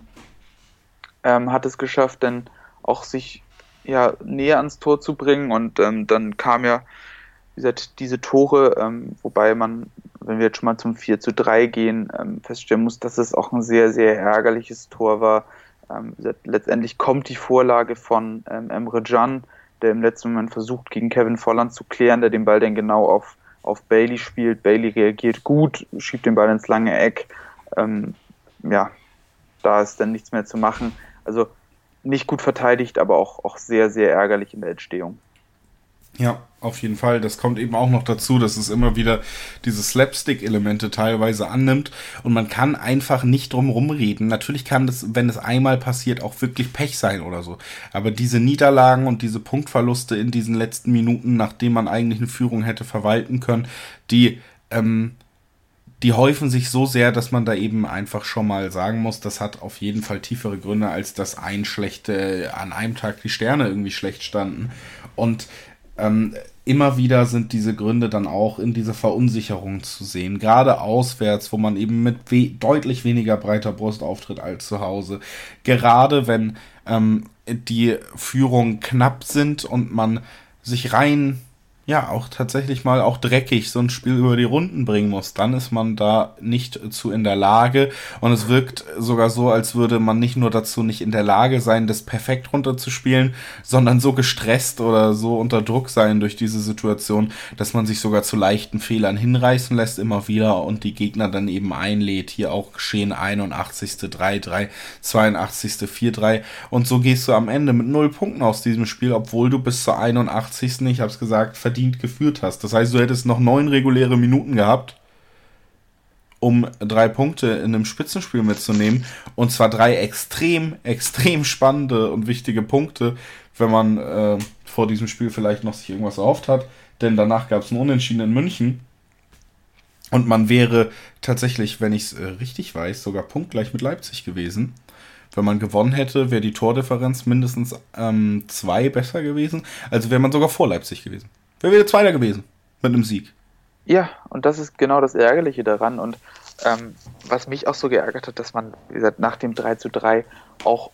ähm, hat es geschafft, dann auch sich ja näher ans Tor zu bringen und ähm, dann kam ja, wie gesagt, diese Tore, ähm, wobei man, wenn wir jetzt schon mal zum vier zu drei gehen, ähm, feststellen muss, dass es auch ein sehr, sehr ärgerliches Tor war. Ähm, wie gesagt, letztendlich kommt die Vorlage von ähm, Emre Can, der im letzten Moment versucht, gegen Kevin Volland zu klären, der den Ball dann genau auf auf Bailey spielt. Bailey reagiert gut, schiebt den Ball ins lange Eck. Ähm, ja, da ist dann nichts mehr zu machen. Also nicht gut verteidigt, aber auch, auch sehr, sehr ärgerlich in der Entstehung. Ja, auf jeden Fall. Das kommt eben auch noch dazu, dass es immer wieder diese Slapstick-Elemente teilweise annimmt und man kann einfach nicht drum rumreden. Natürlich kann das, wenn es einmal passiert, auch wirklich Pech sein oder so. Aber diese Niederlagen und diese Punktverluste in diesen letzten Minuten, nachdem man eigentlich eine Führung hätte verwalten können, die, ähm, die häufen sich so sehr, dass man da eben einfach schon mal sagen muss, das hat auf jeden Fall tiefere Gründe, als dass ein schlechte, an einem Tag die Sterne irgendwie schlecht standen. Und Ähm, immer wieder sind diese Gründe dann auch in dieser Verunsicherung zu sehen. Gerade auswärts, wo man eben mit we- deutlich weniger breiter Brust auftritt als zu Hause. Gerade wenn ähm, die Führungen knapp sind und man sich rein, ja, auch tatsächlich mal auch dreckig so ein Spiel über die Runden bringen muss, dann ist man da nicht zu in der Lage und es wirkt sogar so, als würde man nicht nur dazu nicht in der Lage sein, das perfekt runterzuspielen, sondern so gestresst oder so unter Druck sein durch diese Situation, dass man sich sogar zu leichten Fehlern hinreißen lässt immer wieder und die Gegner dann eben einlädt. Hier auch geschehen einundachtzigste drei drei, zweiundachtzigste vier drei und so gehst du am Ende mit null Punkten aus diesem Spiel, obwohl du bis zur einundachtzigsten ich hab's gesagt, verdient geführt hast. Das heißt, du hättest noch neun reguläre Minuten gehabt, um drei Punkte in einem Spitzenspiel mitzunehmen. Und zwar drei extrem, extrem spannende und wichtige Punkte, wenn man äh, vor diesem Spiel vielleicht noch sich irgendwas erhofft hat. Denn danach gab es einen Unentschieden in München. Und man wäre tatsächlich, wenn ich es äh, richtig weiß, sogar punktgleich mit Leipzig gewesen. Wenn man gewonnen hätte, wäre die Tordifferenz mindestens ähm, zwei besser gewesen. Also wäre man sogar vor Leipzig gewesen. Wäre wieder Zweiter gewesen mit einem Sieg. Ja, und das ist genau das Ärgerliche daran. Und ähm, was mich auch so geärgert hat, dass man, wie gesagt, nach dem drei zu drei auch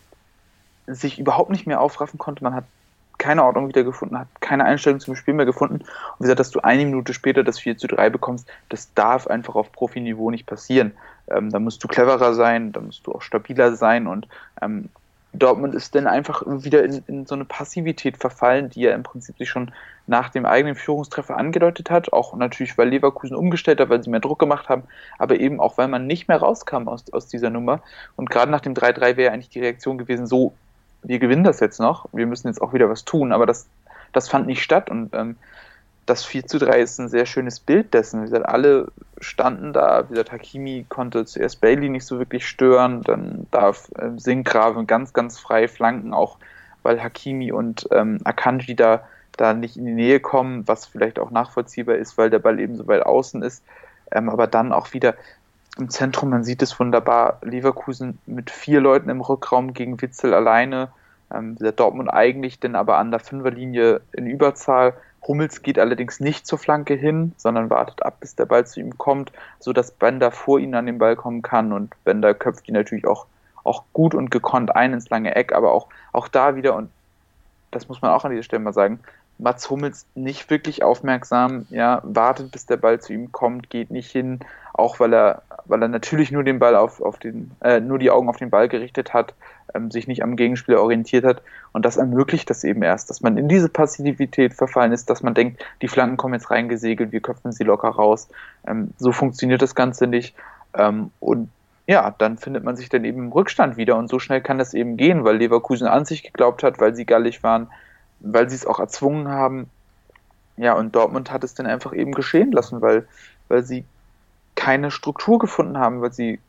sich überhaupt nicht mehr aufraffen konnte. Man hat keine Ordnung wiedergefunden, hat keine Einstellung zum Spiel mehr gefunden. Und wie gesagt, dass du eine Minute später das vier zu drei bekommst, das darf einfach auf Profiniveau nicht passieren. Ähm, da musst du cleverer sein, da musst du auch stabiler sein und ähm, Dortmund ist dann einfach wieder in, in so eine Passivität verfallen, die ja im Prinzip sich schon nach dem eigenen Führungstreffer angedeutet hat, auch natürlich, weil Leverkusen umgestellt hat, weil sie mehr Druck gemacht haben, aber eben auch, weil man nicht mehr rauskam aus, aus dieser Nummer. Und gerade nach dem drei drei wäre eigentlich die Reaktion gewesen, so, wir gewinnen das jetzt noch, wir müssen jetzt auch wieder was tun, aber das, das fand nicht statt und ähm, das vier zu drei ist ein sehr schönes Bild dessen. Wie gesagt, alle standen da. Wie gesagt, Hakimi konnte zuerst Bailey nicht so wirklich stören. Dann darf äh, Sinkgrave ganz, ganz frei flanken, auch weil Hakimi und ähm, Akanji da, da nicht in die Nähe kommen, was vielleicht auch nachvollziehbar ist, weil der Ball eben so weit außen ist. Ähm, aber dann auch wieder im Zentrum, man sieht es wunderbar, Leverkusen mit vier Leuten im Rückraum gegen Witzel alleine. Ähm, der Dortmund eigentlich dann aber an der Fünferlinie in Überzahl. Hummels geht allerdings nicht zur Flanke hin, sondern wartet ab, bis der Ball zu ihm kommt, sodass Bender vor ihn an den Ball kommen kann und Bender köpft ihn natürlich auch, auch gut und gekonnt ein ins lange Eck, aber auch, auch da wieder, und das muss man auch an dieser Stelle mal sagen, Mats Hummels nicht wirklich aufmerksam, ja, wartet, bis der Ball zu ihm kommt, geht nicht hin, auch weil er, weil er natürlich nur den Ball auf, auf den, äh, nur die Augen auf den Ball gerichtet hat, ähm, sich nicht am Gegenspieler orientiert hat, und das ermöglicht das eben erst, dass man in diese Passivität verfallen ist, dass man denkt, die Flanken kommen jetzt reingesegelt, wir köpfen sie locker raus, ähm, so funktioniert das Ganze nicht, ähm, und ja, dann findet man sich dann eben im Rückstand wieder, und so schnell kann das eben gehen, weil Leverkusen an sich geglaubt hat, weil sie gallig waren, weil sie es auch erzwungen haben. Ja, und Dortmund hat es dann einfach eben geschehen lassen, weil, weil sie keine Struktur gefunden haben, weil sie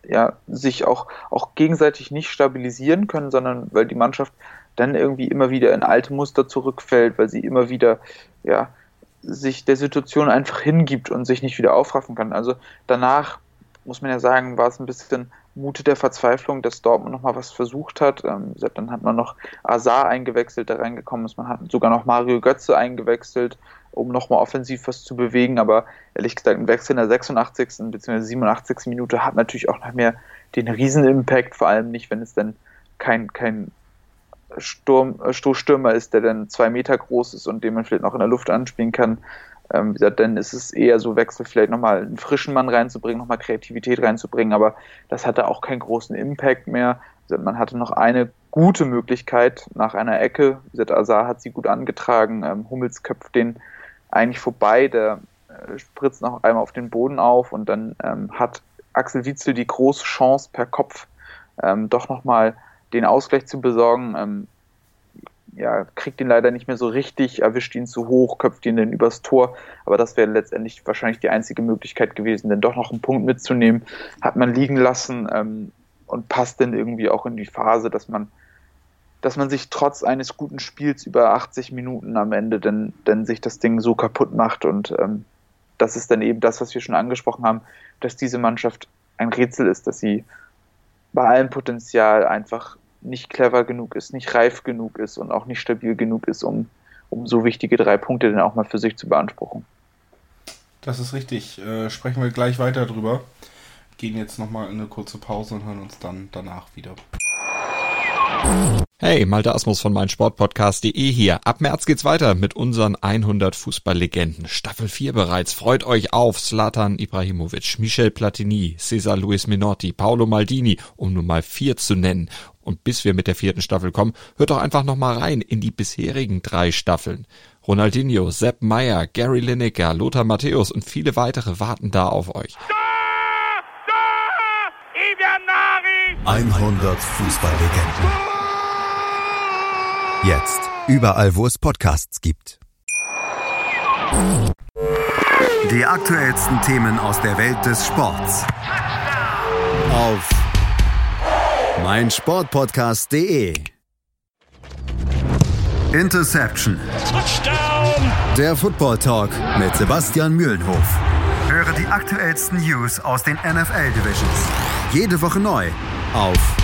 ja, sich auch, auch gegenseitig nicht stabilisieren können, sondern weil die Mannschaft dann irgendwie immer wieder in alte Muster zurückfällt, weil sie immer wieder ja, sich der Situation einfach hingibt und sich nicht wieder aufraffen kann. Also danach, muss man ja sagen, war es ein bisschen Mute der Verzweiflung, dass Dortmund nochmal was versucht hat. Ähm, dann hat man noch Azar eingewechselt, der reingekommen ist. Man hat sogar noch Mario Götze eingewechselt, um nochmal offensiv was zu bewegen. Aber ehrlich gesagt, ein Wechsel in der sechsundachtzigsten bzw. siebenundachtzigsten Minute hat natürlich auch noch mehr den Riesen-Impact, vor allem nicht, wenn es dann kein, kein Sturm, Stoßstürmer ist, der dann zwei Meter groß ist und den man vielleicht noch in der Luft anspielen kann. Ähm, wie gesagt, dann ist es eher so Wechsel, vielleicht nochmal einen frischen Mann reinzubringen, nochmal Kreativität reinzubringen, aber das hatte auch keinen großen Impact mehr. Wie gesagt, man hatte noch eine gute Möglichkeit nach einer Ecke. Wie gesagt, Azar hat sie gut angetragen, ähm, Hummels köpft den eigentlich vorbei, der äh, spritzt noch einmal auf den Boden auf und dann ähm, hat Axel Witsel die große Chance per Kopf ähm, doch nochmal den Ausgleich zu besorgen. Ähm, ja, kriegt ihn leider nicht mehr so richtig, erwischt ihn zu hoch, köpft ihn dann übers Tor, aber das wäre letztendlich wahrscheinlich die einzige Möglichkeit gewesen, denn doch noch einen Punkt mitzunehmen, hat man liegen lassen ähm, und passt dann irgendwie auch in die Phase, dass man dass man sich trotz eines guten Spiels über achtzig Minuten am Ende dann, dann sich das Ding so kaputt macht und ähm, das ist dann eben das, was wir schon angesprochen haben, dass diese Mannschaft ein Rätsel ist, dass sie bei allem Potenzial einfach nicht clever genug ist, nicht reif genug ist und auch nicht stabil genug ist, um, um so wichtige drei Punkte dann auch mal für sich zu beanspruchen. Das ist richtig. Äh, sprechen wir gleich weiter drüber. Gehen jetzt nochmal in eine kurze Pause und hören uns dann danach wieder. Hey, Malte Asmus von meinsportpodcast punkt de hier. Ab März geht's weiter mit unseren hundert Fußballlegenden. Staffel vier bereits. Freut euch auf Zlatan Ibrahimovic, Michel Platini, Cesar Luis Menotti, Paolo Maldini, um nur mal vier zu nennen. Und bis wir mit der vierten Staffel kommen, hört doch einfach nochmal rein in die bisherigen drei Staffeln. Ronaldinho, Sepp Maier, Gary Lineker, Lothar Matthäus und viele weitere warten da auf euch. hundert Fußballlegenden. Jetzt überall, wo es Podcasts gibt. Die aktuellsten Themen aus der Welt des Sports. Auf meinsportpodcast punkt de. Interception. Touchdown. Der Football Talk mit Sebastian Mühlenhof. Höre die aktuellsten News aus den N F L Divisions. Jede Woche neu auf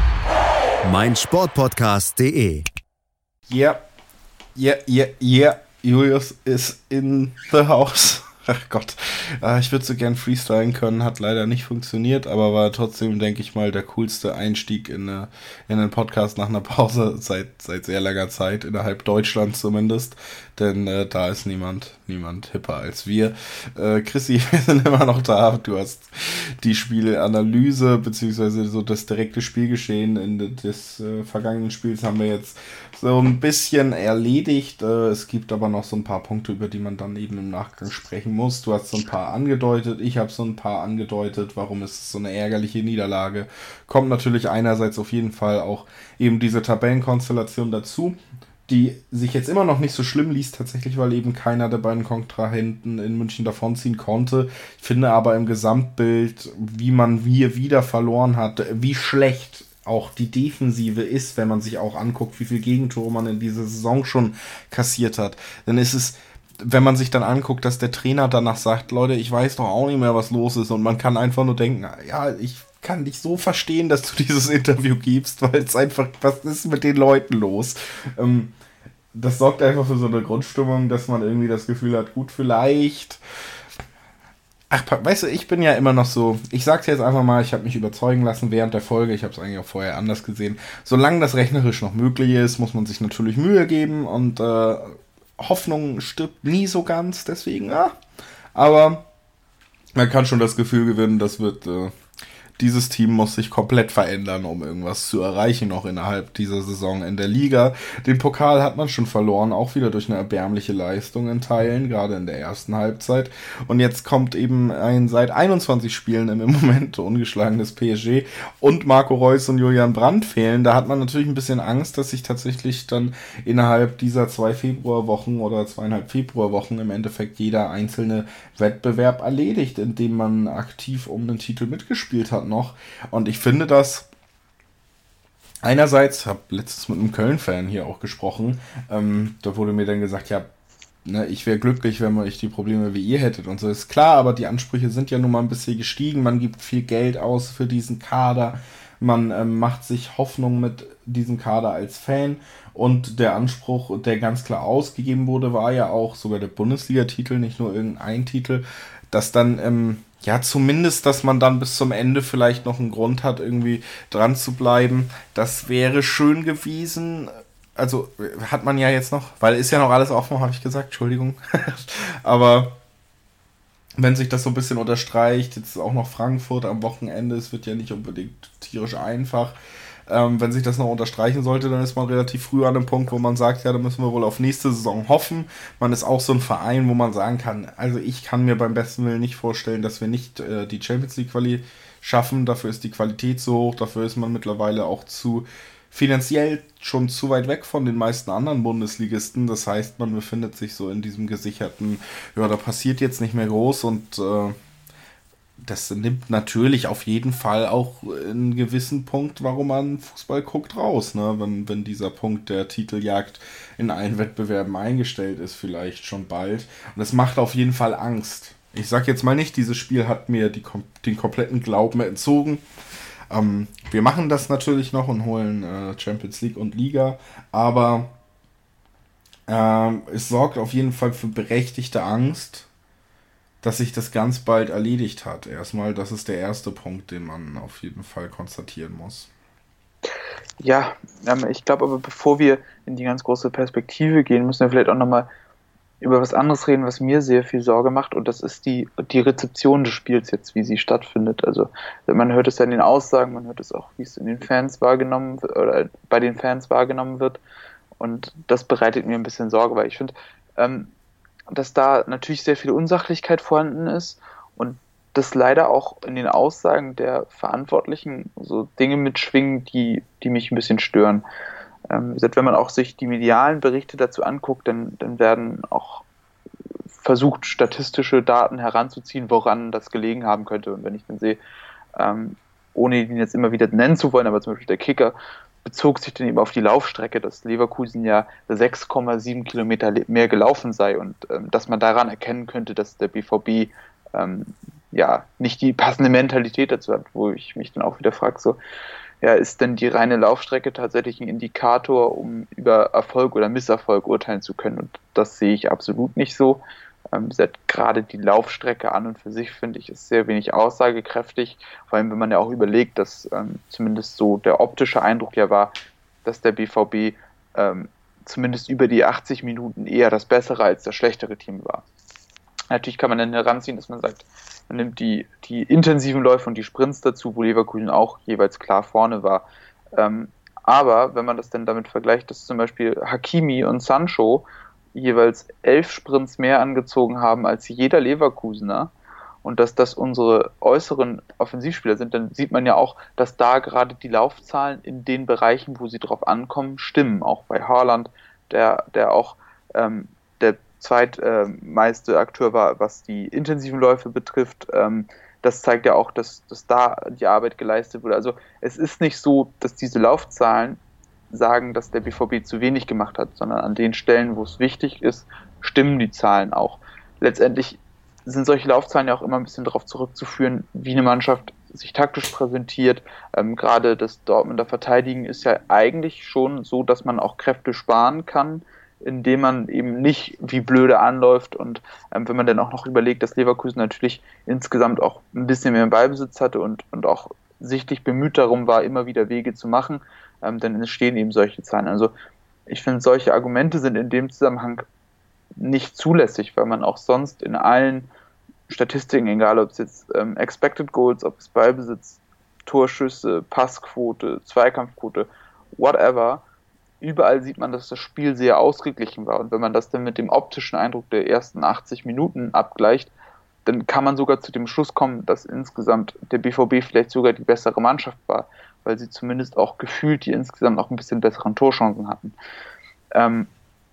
meinsportpodcast punkt de. Ja, ja, ja, ja, Julius ist in the house. Ach Gott, ich würde so gern freestylen können, hat leider nicht funktioniert, aber war trotzdem, denke ich mal, der coolste Einstieg in, eine, in einen Podcast nach einer Pause seit, seit sehr langer Zeit, innerhalb Deutschlands zumindest, denn äh, da ist niemand, niemand hipper als wir. Äh, Chrissy, wir sind immer noch da, du hast die Spielanalyse, beziehungsweise so das direkte Spielgeschehen in des äh, vergangenen Spiels haben wir jetzt so ein bisschen erledigt. Äh, es gibt aber noch so ein paar Punkte, über die man dann eben im Nachgang sprechen muss. Du hast so ein paar angedeutet, ich habe so ein paar angedeutet, warum ist es so eine ärgerliche Niederlage. Kommt natürlich einerseits auf jeden Fall auch eben diese Tabellenkonstellation dazu, die sich jetzt immer noch nicht so schlimm liest, tatsächlich, weil eben keiner der beiden Kontrahenten in München davonziehen konnte. Ich finde aber im Gesamtbild, wie man hier wieder verloren hat, wie schlecht auch die Defensive ist, wenn man sich auch anguckt, wie viel Gegentore man in dieser Saison schon kassiert hat, dann ist es, wenn man sich dann anguckt, dass der Trainer danach sagt, Leute, ich weiß doch auch nicht mehr, was los ist, und man kann einfach nur denken, ja, ich kann dich so verstehen, dass du dieses Interview gibst, weil es einfach, was ist mit den Leuten los? Ähm, das sorgt einfach für so eine Grundstimmung, dass man irgendwie das Gefühl hat, gut, vielleicht. Ach, weißt du, ich bin ja immer noch so, ich sag's jetzt einfach mal, ich habe mich überzeugen lassen während der Folge, ich habe es eigentlich auch vorher anders gesehen. Solange das rechnerisch noch möglich ist, muss man sich natürlich Mühe geben, und äh, Hoffnung stirbt nie so ganz, deswegen, ja. Aber man kann schon das Gefühl gewinnen, das wird, äh, dieses Team muss sich komplett verändern, um irgendwas zu erreichen, noch innerhalb dieser Saison in der Liga. Den Pokal hat man schon verloren, auch wieder durch eine erbärmliche Leistung in Teilen, gerade in der ersten Halbzeit. Und jetzt kommt eben ein seit einundzwanzig Spielen im Moment ungeschlagenes P S G und Marco Reus und Julian Brandt fehlen. Da hat man natürlich ein bisschen Angst, dass sich tatsächlich dann innerhalb dieser zwei Februarwochen oder zweieinhalb Februarwochen im Endeffekt jeder einzelne Wettbewerb erledigt, in dem man aktiv um den Titel mitgespielt hat. hat noch. Und ich finde das einerseits, habe letztens mit einem Köln-Fan hier auch gesprochen, ähm, da wurde mir dann gesagt, ja, ne, ich wäre glücklich, wenn man nicht die Probleme wie ihr hättet und so. Ist klar, aber die Ansprüche sind ja nun mal ein bisschen gestiegen. Man gibt viel Geld aus für diesen Kader. Man ähm, macht sich Hoffnung mit diesem Kader als Fan. Und der Anspruch, der ganz klar ausgegeben wurde, war ja auch sogar der Bundesliga-Titel, nicht nur irgendein Titel, dass dann, ähm, ja, zumindest, dass man dann bis zum Ende vielleicht noch einen Grund hat, irgendwie dran zu bleiben. Das wäre schön gewesen. Also hat man ja jetzt noch, weil ist ja noch alles offen, habe ich gesagt, Entschuldigung. Aber wenn sich das so ein bisschen unterstreicht, jetzt auch noch Frankfurt am Wochenende, es wird ja nicht unbedingt tierisch einfach. Ähm, wenn sich das noch unterstreichen sollte, dann ist man relativ früh an dem Punkt, wo man sagt, ja, da müssen wir wohl auf nächste Saison hoffen. Man ist auch so ein Verein, wo man sagen kann, also ich kann mir beim besten Willen nicht vorstellen, dass wir nicht äh, die Champions League Quali schaffen. Dafür ist die Qualität so hoch, dafür ist man mittlerweile auch zu finanziell schon zu weit weg von den meisten anderen Bundesligisten. Das heißt, man befindet sich so in diesem gesicherten, ja, da passiert jetzt nicht mehr groß und äh, das nimmt natürlich auf jeden Fall auch einen gewissen Punkt, warum man Fußball guckt, raus, ne? Wenn, wenn dieser Punkt der Titeljagd in allen Wettbewerben eingestellt ist, vielleicht schon bald. Und es macht auf jeden Fall Angst. Ich sag jetzt mal nicht, dieses Spiel hat mir die, den kompletten Glauben entzogen. Ähm, wir machen das natürlich noch und holen äh, Champions League und Liga, aber ähm, es sorgt auf jeden Fall für berechtigte Angst, dass sich das ganz bald erledigt hat. Erstmal, das ist der erste Punkt, den man auf jeden Fall konstatieren muss. Ja, ich glaube aber, bevor wir in die ganz große Perspektive gehen, müssen wir vielleicht auch nochmal über was anderes reden, was mir sehr viel Sorge macht, und das ist die, die Rezeption des Spiels jetzt, wie sie stattfindet. Also man hört es ja in den Aussagen, man hört es auch, wie es in den Fans wahrgenommen wird, oder bei den Fans wahrgenommen wird, und das bereitet mir ein bisschen Sorge, weil ich finde, ähm, dass da natürlich sehr viel Unsachlichkeit vorhanden ist und dass leider auch in den Aussagen der Verantwortlichen so Dinge mitschwingen, die, die mich ein bisschen stören. Ähm, wenn man auch sich die medialen Berichte dazu anguckt, dann, dann werden auch versucht, statistische Daten heranzuziehen, woran das gelegen haben könnte. Und wenn ich dann sehe, ähm, ohne ihn jetzt immer wieder nennen zu wollen, aber zum Beispiel der Kicker bezog sich dann eben auf die Laufstrecke, dass Leverkusen ja sechs Komma sieben Kilometer mehr gelaufen sei und ähm, dass man daran erkennen könnte, dass der B V B ähm, ja nicht die passende Mentalität dazu hat, wo ich mich dann auch wieder frage, so, ja, ist denn die reine Laufstrecke tatsächlich ein Indikator, um über Erfolg oder Misserfolg urteilen zu können? Und das sehe ich absolut nicht so. Ähm, gerade die Laufstrecke an und für sich, finde ich, ist sehr wenig aussagekräftig, vor allem wenn man ja auch überlegt, dass ähm, zumindest so der optische Eindruck ja war, dass der B V B ähm, zumindest über die achtzig Minuten eher das bessere als das schlechtere Team war. Natürlich kann man dann heranziehen, dass man sagt, man nimmt die, die intensiven Läufe und die Sprints dazu, wo Leverkusen auch jeweils klar vorne war. Ähm, aber wenn man das dann damit vergleicht, dass zum Beispiel Hakimi und Sancho jeweils elf Sprints mehr angezogen haben als jeder Leverkusener und dass das unsere äußeren Offensivspieler sind, dann sieht man ja auch, dass da gerade die Laufzahlen in den Bereichen, wo sie drauf ankommen, stimmen. Auch bei Haaland, der, der auch ähm, der zweitmeiste Akteur war, was die intensiven Läufe betrifft. Ähm, das zeigt ja auch, dass, dass da die Arbeit geleistet wurde. Also es ist nicht so, dass diese Laufzahlen sagen, dass der B V B zu wenig gemacht hat, sondern an den Stellen, wo es wichtig ist, stimmen die Zahlen auch. Letztendlich sind solche Laufzahlen ja auch immer ein bisschen darauf zurückzuführen, wie eine Mannschaft sich taktisch präsentiert. Ähm, gerade das Dortmunder Verteidigen ist ja eigentlich schon so, dass man auch Kräfte sparen kann, indem man eben nicht wie blöde anläuft. Und ähm, wenn man dann auch noch überlegt, dass Leverkusen natürlich insgesamt auch ein bisschen mehr Ballbesitz hatte und, und auch sichtlich bemüht darum war, immer wieder Wege zu machen, ähm, dann entstehen eben solche Zahlen. Also ich finde, solche Argumente sind in dem Zusammenhang nicht zulässig, weil man auch sonst in allen Statistiken, egal ob es jetzt ähm, Expected Goals, ob es Ballbesitz, Torschüsse, Passquote, Zweikampfquote, whatever, überall sieht man, dass das Spiel sehr ausgeglichen war. Und wenn man das dann mit dem optischen Eindruck der ersten achtzig Minuten abgleicht, dann kann man sogar zu dem Schluss kommen, dass insgesamt der B V B vielleicht sogar die bessere Mannschaft war, weil sie zumindest auch gefühlt die insgesamt noch ein bisschen besseren Torchancen hatten. Ähm,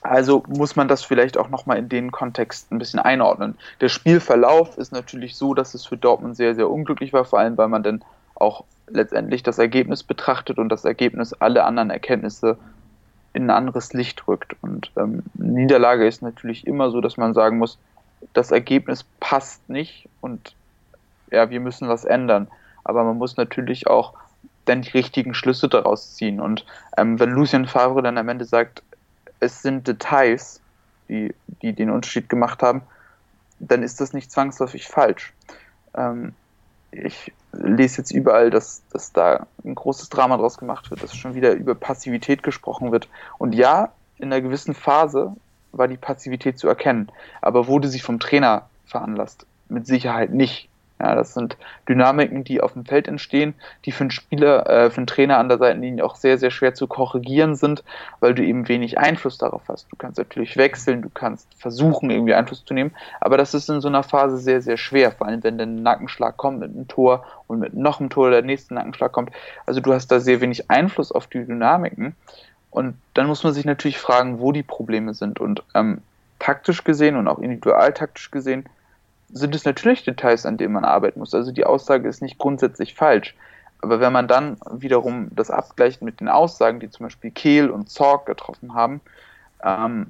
Also muss man das vielleicht auch nochmal in den Kontext ein bisschen einordnen. Der Spielverlauf ist natürlich so, dass es für Dortmund sehr, sehr unglücklich war, vor allem weil man dann auch letztendlich das Ergebnis betrachtet und das Ergebnis alle anderen Erkenntnisse in ein anderes Licht rückt. Und ähm, Niederlage ist natürlich immer so, dass man sagen muss, das Ergebnis passt nicht und ja, wir müssen was ändern. Aber man muss natürlich auch dann die richtigen Schlüsse daraus ziehen. Und ähm, wenn Lucien Favre dann am Ende sagt, es sind Details, die, die den Unterschied gemacht haben, dann ist das nicht zwangsläufig falsch. Ähm, ich lese jetzt überall, dass, dass da ein großes Drama draus gemacht wird, dass schon wieder über Passivität gesprochen wird. Und ja, in einer gewissen Phase war die Passivität zu erkennen. Aber wurde sie vom Trainer veranlasst? Mit Sicherheit nicht. Ja, das sind Dynamiken, die auf dem Feld entstehen, die für einen Spieler, äh, für einen Trainer an der Seitenlinie auch sehr, sehr schwer zu korrigieren sind, weil du eben wenig Einfluss darauf hast. Du kannst natürlich wechseln, du kannst versuchen, irgendwie Einfluss zu nehmen, aber das ist in so einer Phase sehr, sehr schwer, vor allem wenn dann ein Nackenschlag kommt mit einem Tor und mit noch einem Tor der nächste Nackenschlag kommt. Also du hast da sehr wenig Einfluss auf die Dynamiken und dann muss man sich natürlich fragen, wo die Probleme sind und ähm, taktisch gesehen und auch individualtaktisch gesehen sind es natürlich Details, an denen man arbeiten muss. Also die Aussage ist nicht grundsätzlich falsch. Aber wenn man dann wiederum das abgleicht mit den Aussagen, die zum Beispiel Kehl und Zorc getroffen haben, ähm,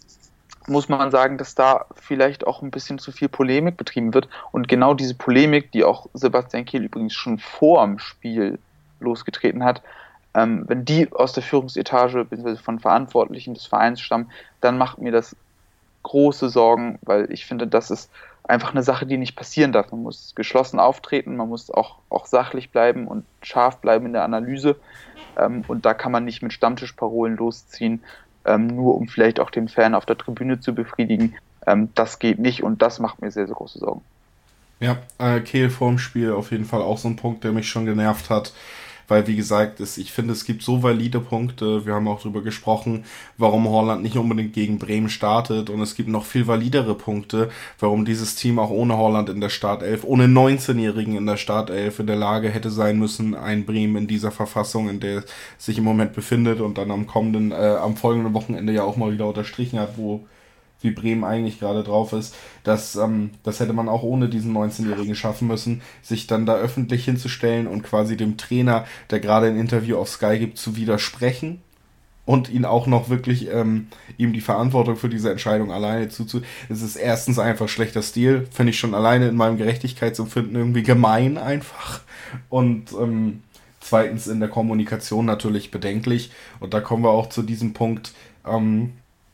muss man sagen, dass da vielleicht auch ein bisschen zu viel Polemik betrieben wird. Und genau diese Polemik, die auch Sebastian Kehl übrigens schon vor dem Spiel losgetreten hat, ähm, wenn die aus der Führungsetage bzw. von Verantwortlichen des Vereins stammen, dann macht mir das große Sorgen, weil ich finde, das ist einfach eine Sache, die nicht passieren darf. Man muss geschlossen auftreten, man muss auch, auch sachlich bleiben und scharf bleiben in der Analyse. Ähm, und da kann man nicht mit Stammtischparolen losziehen, ähm, nur um vielleicht auch den Fan auf der Tribüne zu befriedigen. Ähm, das geht nicht und das macht mir sehr, sehr große Sorgen. Ja, äh, Kehl vorm Spiel auf jeden Fall auch so ein Punkt, der mich schon genervt hat. Weil, wie gesagt, es, ich finde, es gibt so valide Punkte. Wir haben auch darüber gesprochen, warum Haaland nicht unbedingt gegen Bremen startet. Und es gibt noch viel validere Punkte, warum dieses Team auch ohne Haaland in der Startelf, ohne neunzehnjährigen in der Startelf in der Lage hätte sein müssen, ein Bremen in dieser Verfassung, in der es sich im Moment befindet und dann am kommenden, äh, am folgenden Wochenende ja auch mal wieder unterstrichen hat, wo wie Bremen eigentlich gerade drauf ist, dass ähm, das hätte man auch ohne diesen neunzehnjährigen schaffen müssen, sich dann da öffentlich hinzustellen und quasi dem Trainer, der gerade ein Interview auf Sky gibt, zu widersprechen und ihn auch noch wirklich ähm, ihm die Verantwortung für diese Entscheidung alleine zuzu. Es ist erstens einfach schlechter Stil, finde ich schon alleine in meinem Gerechtigkeitsempfinden irgendwie gemein einfach und ähm, zweitens in der Kommunikation natürlich bedenklich und da kommen wir auch zu diesem Punkt, ähm,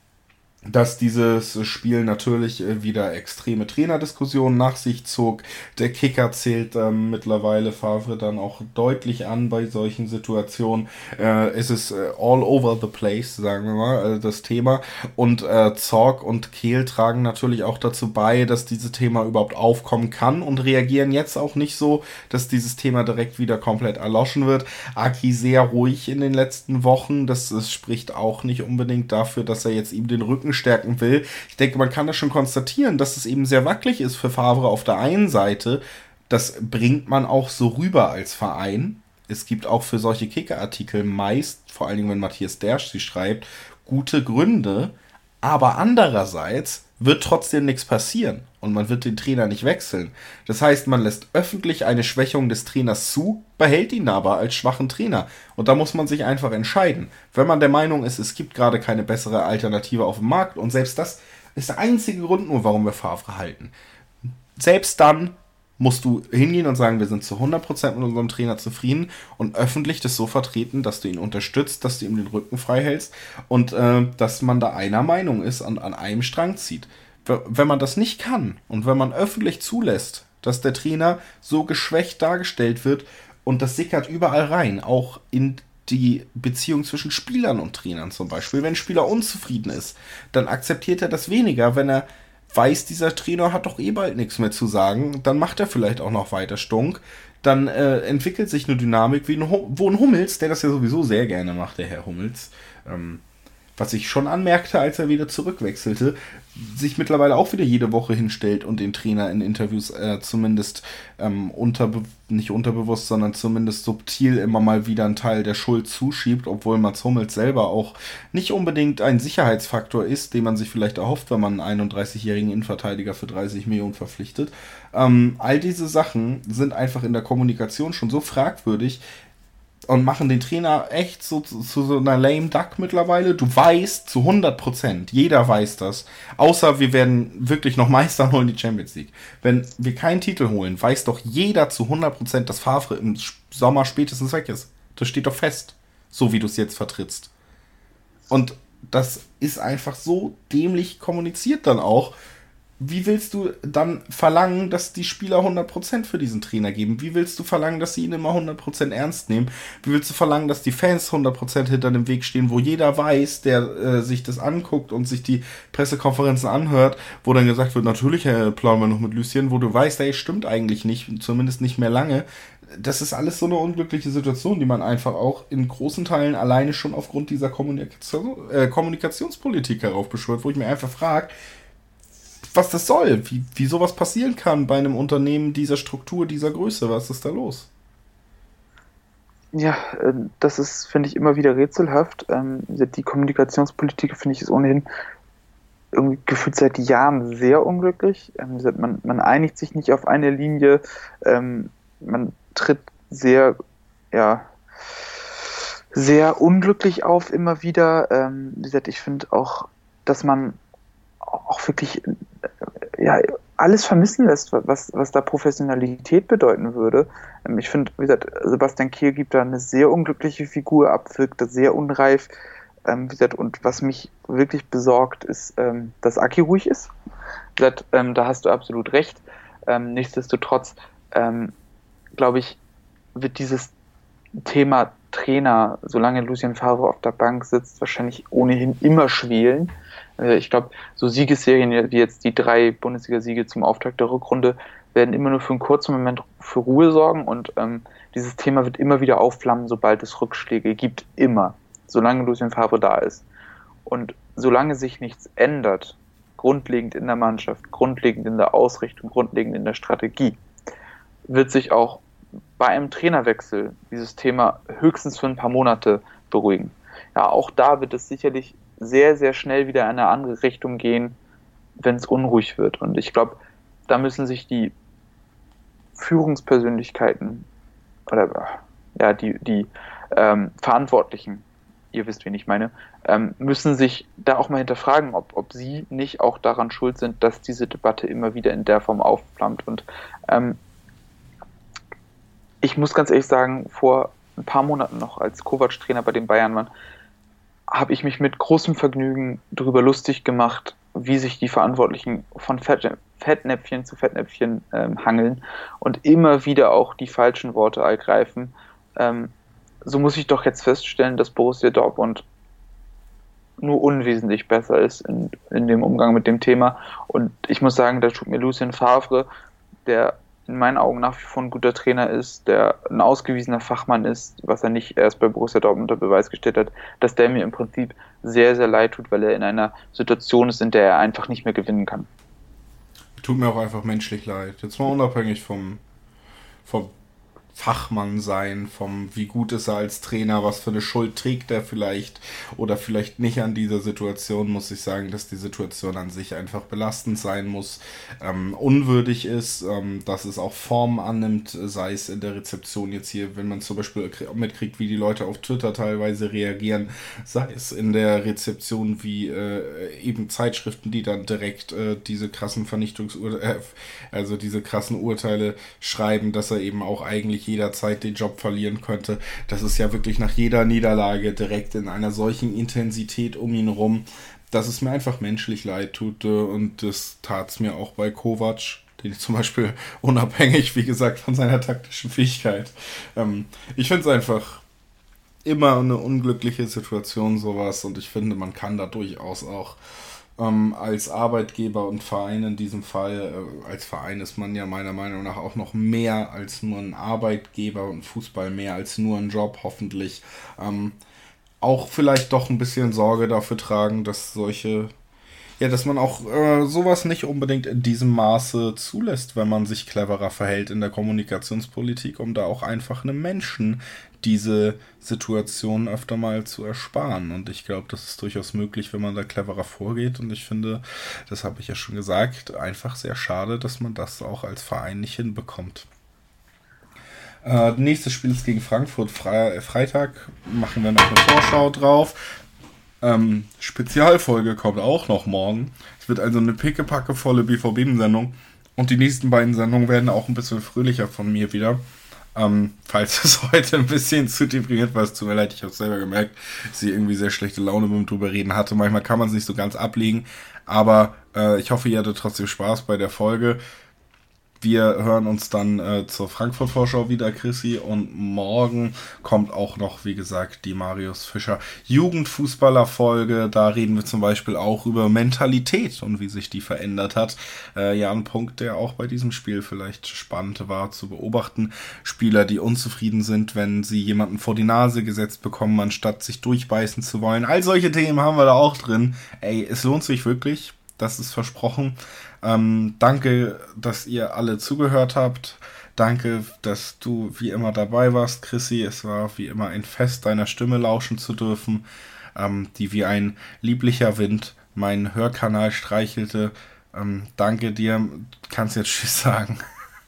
dass dieses Spiel natürlich wieder extreme Trainerdiskussionen nach sich zog. Der Kicker zählt ähm, mittlerweile Favre dann auch deutlich an bei solchen Situationen. Äh, es ist äh, all over the place, sagen wir mal, äh, das Thema. Und äh, Zorc und Kehl tragen natürlich auch dazu bei, dass dieses Thema überhaupt aufkommen kann und reagieren jetzt auch nicht so, dass dieses Thema direkt wieder komplett erloschen wird. Aki sehr ruhig in den letzten Wochen. Das, das spricht auch nicht unbedingt dafür, dass er jetzt ihm den Rücken stärken will. Ich denke, man kann das schon konstatieren, dass es eben sehr wackelig ist für Favre auf der einen Seite. Das bringt man auch so rüber als Verein. Es gibt auch für solche Kicker-Artikel meist, vor allen Dingen, wenn Matthias Dersch sie schreibt, gute Gründe. Aber andererseits wird trotzdem nichts passieren und man wird den Trainer nicht wechseln. Das heißt, man lässt öffentlich eine Schwächung des Trainers zu, behält ihn aber als schwachen Trainer. Und da muss man sich einfach entscheiden. Wenn man der Meinung ist, es gibt gerade keine bessere Alternative auf dem Markt und selbst das ist der einzige Grund nur, warum wir Favre halten. Selbst dann musst du hingehen und sagen, wir sind zu hundert Prozent mit unserem Trainer zufrieden und öffentlich das so vertreten, dass du ihn unterstützt, dass du ihm den Rücken frei hältst und äh, dass man da einer Meinung ist und an einem Strang zieht. Wenn man das nicht kann und wenn man öffentlich zulässt, dass der Trainer so geschwächt dargestellt wird und das sickert überall rein, auch in die Beziehung zwischen Spielern und Trainern zum Beispiel. Wenn ein Spieler unzufrieden ist, dann akzeptiert er das weniger, wenn er weiß, dieser Trainer hat doch eh bald nichts mehr zu sagen, dann macht er vielleicht auch noch weiter Stunk. Dann äh, entwickelt sich eine Dynamik, wie ein, wo ein Hummels, der das ja sowieso sehr gerne macht, der Herr Hummels, ähm, was ich schon anmerkte, als er wieder zurückwechselte, sich mittlerweile auch wieder jede Woche hinstellt und den Trainer in Interviews äh, zumindest ähm, unterbe- nicht unterbewusst, sondern zumindest subtil immer mal wieder einen Teil der Schuld zuschiebt, obwohl Mats Hummels selber auch nicht unbedingt ein Sicherheitsfaktor ist, den man sich vielleicht erhofft, wenn man einen einunddreißigjährigen Innenverteidiger für dreißig Millionen verpflichtet. Ähm, all diese Sachen sind einfach in der Kommunikation schon so fragwürdig, und machen den Trainer echt so zu, zu so einer lame duck mittlerweile. Du weißt zu hundert Prozent, jeder weiß das, außer wir werden wirklich noch Meister und holen die Champions League. Wenn wir keinen Titel holen, weiß doch jeder zu hundert Prozent, dass Favre im Sommer spätestens weg ist. Das steht doch fest, so wie du es jetzt vertrittst. Und das ist einfach so dämlich kommuniziert dann auch. Wie willst du dann verlangen, dass die Spieler hundert Prozent für diesen Trainer geben? Wie willst du verlangen, dass sie ihn immer hundert Prozent ernst nehmen? Wie willst du verlangen, dass die Fans hundert Prozent hinter dem Weg stehen, wo jeder weiß, der äh, sich das anguckt und sich die Pressekonferenzen anhört, wo dann gesagt wird, natürlich äh, planen wir noch mit Lucien, wo du weißt, ey, stimmt eigentlich nicht, zumindest nicht mehr lange. Das ist alles so eine unglückliche Situation, die man einfach auch in großen Teilen alleine schon aufgrund dieser Kommunikation, äh, Kommunikationspolitik heraufbeschwört, wo ich mir einfach frage, was das soll, wie, wie sowas passieren kann bei einem Unternehmen dieser Struktur, dieser Größe. Was ist da los? Ja, das ist, finde ich, immer wieder rätselhaft. Die Kommunikationspolitik, finde ich, ist ohnehin irgendwie gefühlt seit Jahren sehr unglücklich. Man, man einigt sich nicht auf eine Linie, man tritt sehr, ja, sehr unglücklich auf immer wieder. Wie gesagt, ich finde auch, dass man auch wirklich ja, alles vermissen lässt, was, was da Professionalität bedeuten würde. Ich finde, wie gesagt, Sebastian Kehl gibt da eine sehr unglückliche Figur ab, wirkt da sehr unreif. Wie gesagt, und was mich wirklich besorgt, ist, dass Aki ruhig ist. Wie gesagt, da hast du absolut recht. Nichtsdestotrotz, glaube ich, wird dieses Thema Trainer, solange Lucien Favre auf der Bank sitzt, wahrscheinlich ohnehin immer schwelen. Ich glaube, so Siegesserien wie jetzt die drei Bundesliga-Siege zum Auftakt der Rückrunde werden immer nur für einen kurzen Moment für Ruhe sorgen und ähm, dieses Thema wird immer wieder aufflammen, sobald es Rückschläge gibt, immer, solange Lucien Favre da ist. Und solange sich nichts ändert, grundlegend in der Mannschaft, grundlegend in der Ausrichtung, grundlegend in der Strategie, wird sich auch bei einem Trainerwechsel dieses Thema höchstens für ein paar Monate beruhigen. Ja, auch da wird es sicherlich sehr, sehr schnell wieder in eine andere Richtung gehen, wenn es unruhig wird. Und ich glaube, da müssen sich die Führungspersönlichkeiten oder ja, die, die ähm, Verantwortlichen, ihr wisst, wen ich meine, ähm, müssen sich da auch mal hinterfragen, ob, ob sie nicht auch daran schuld sind, dass diese Debatte immer wieder in der Form aufflammt. Und ähm, ich muss ganz ehrlich sagen, vor ein paar Monaten noch, als Kovac Trainer bei den Bayern war, habe ich mich mit großem Vergnügen darüber lustig gemacht, wie sich die Verantwortlichen von Fettnäpfchen zu Fettnäpfchen ähm, hangeln und immer wieder auch die falschen Worte ergreifen. Ähm, so muss ich doch jetzt feststellen, dass Borussia Dortmund nur unwesentlich besser ist in, in dem Umgang mit dem Thema. Und ich muss sagen, da tut mir Lucien Favre, der in meinen Augen nach wie vor ein guter Trainer ist, der ein ausgewiesener Fachmann ist, was er nicht erst bei Borussia Dortmund unter Beweis gestellt hat, dass der mir im Prinzip sehr, sehr leid tut, weil er in einer Situation ist, in der er einfach nicht mehr gewinnen kann. Tut mir auch einfach menschlich leid. Jetzt mal unabhängig vom, vom Fachmann sein, vom wie gut ist er als Trainer, was für eine Schuld trägt er vielleicht oder vielleicht nicht an dieser Situation, muss ich sagen, dass die Situation an sich einfach belastend sein muss, ähm, unwürdig ist, ähm, dass es auch Formen annimmt, sei es in der Rezeption jetzt hier, wenn man zum Beispiel mitkriegt, wie die Leute auf Twitter teilweise reagieren, sei es in der Rezeption wie äh, eben Zeitschriften, die dann direkt äh, diese krassen Vernichtungsurteile, äh, also diese krassen Urteile schreiben, dass er eben auch eigentlich jederzeit den Job verlieren könnte. Das ist ja wirklich nach jeder Niederlage direkt in einer solchen Intensität um ihn rum, dass es mir einfach menschlich leid tut und das tat es mir auch bei Kovac, den ich zum Beispiel unabhängig, wie gesagt, von seiner taktischen Fähigkeit. Ähm, ich finde es einfach immer eine unglückliche Situation sowas und ich finde, man kann da durchaus auch Ähm, als Arbeitgeber und Verein in diesem Fall, äh, als Verein ist man ja meiner Meinung nach auch noch mehr als nur ein Arbeitgeber und Fußball mehr als nur ein Job, hoffentlich, ähm, auch vielleicht doch ein bisschen Sorge dafür tragen, dass solche, ja, dass man auch äh, sowas nicht unbedingt in diesem Maße zulässt, wenn man sich cleverer verhält in der Kommunikationspolitik, um da auch einfach einem Menschen diese Situation öfter mal zu ersparen. Und ich glaube, das ist durchaus möglich, wenn man da cleverer vorgeht. Und ich finde, das habe ich ja schon gesagt, einfach sehr schade, dass man das auch als Verein nicht hinbekommt. Äh, nächstes Spiel ist gegen Frankfurt. Fre- Freitag machen wir noch eine Vorschau drauf. Ähm, Spezialfolge kommt auch noch morgen. Es wird also eine pickepackevolle B V B-Sendung. Und die nächsten beiden Sendungen werden auch ein bisschen fröhlicher von mir wieder. Ähm, falls es heute ein bisschen zu deprimiert war, es tut mir leid, ich habe es selber gemerkt, dass ich irgendwie sehr schlechte Laune beim drüber reden hatte. Manchmal kann man es nicht so ganz ablegen, aber äh, ich hoffe, ihr hattet trotzdem Spaß bei der Folge. Wir hören uns dann äh, zur Frankfurt-Vorschau wieder, Chrissy, und morgen kommt auch noch, wie gesagt, die Marius Fischer Jugendfußballer-Folge. Da reden wir zum Beispiel auch über Mentalität und wie sich die verändert hat. Äh, ja, ein Punkt, der auch bei diesem Spiel vielleicht spannend war zu beobachten. Spieler, die unzufrieden sind, wenn sie jemanden vor die Nase gesetzt bekommen, anstatt sich durchbeißen zu wollen. All solche Themen haben wir da auch drin. Ey, es lohnt sich wirklich. Das ist versprochen. Ähm, danke, dass ihr alle zugehört habt. Danke, dass du wie immer dabei warst, Chrissy. Es war wie immer ein Fest, deiner Stimme lauschen zu dürfen, ähm, die wie ein lieblicher Wind meinen Hörkanal streichelte. Ähm, danke dir. Du kannst jetzt Tschüss sagen.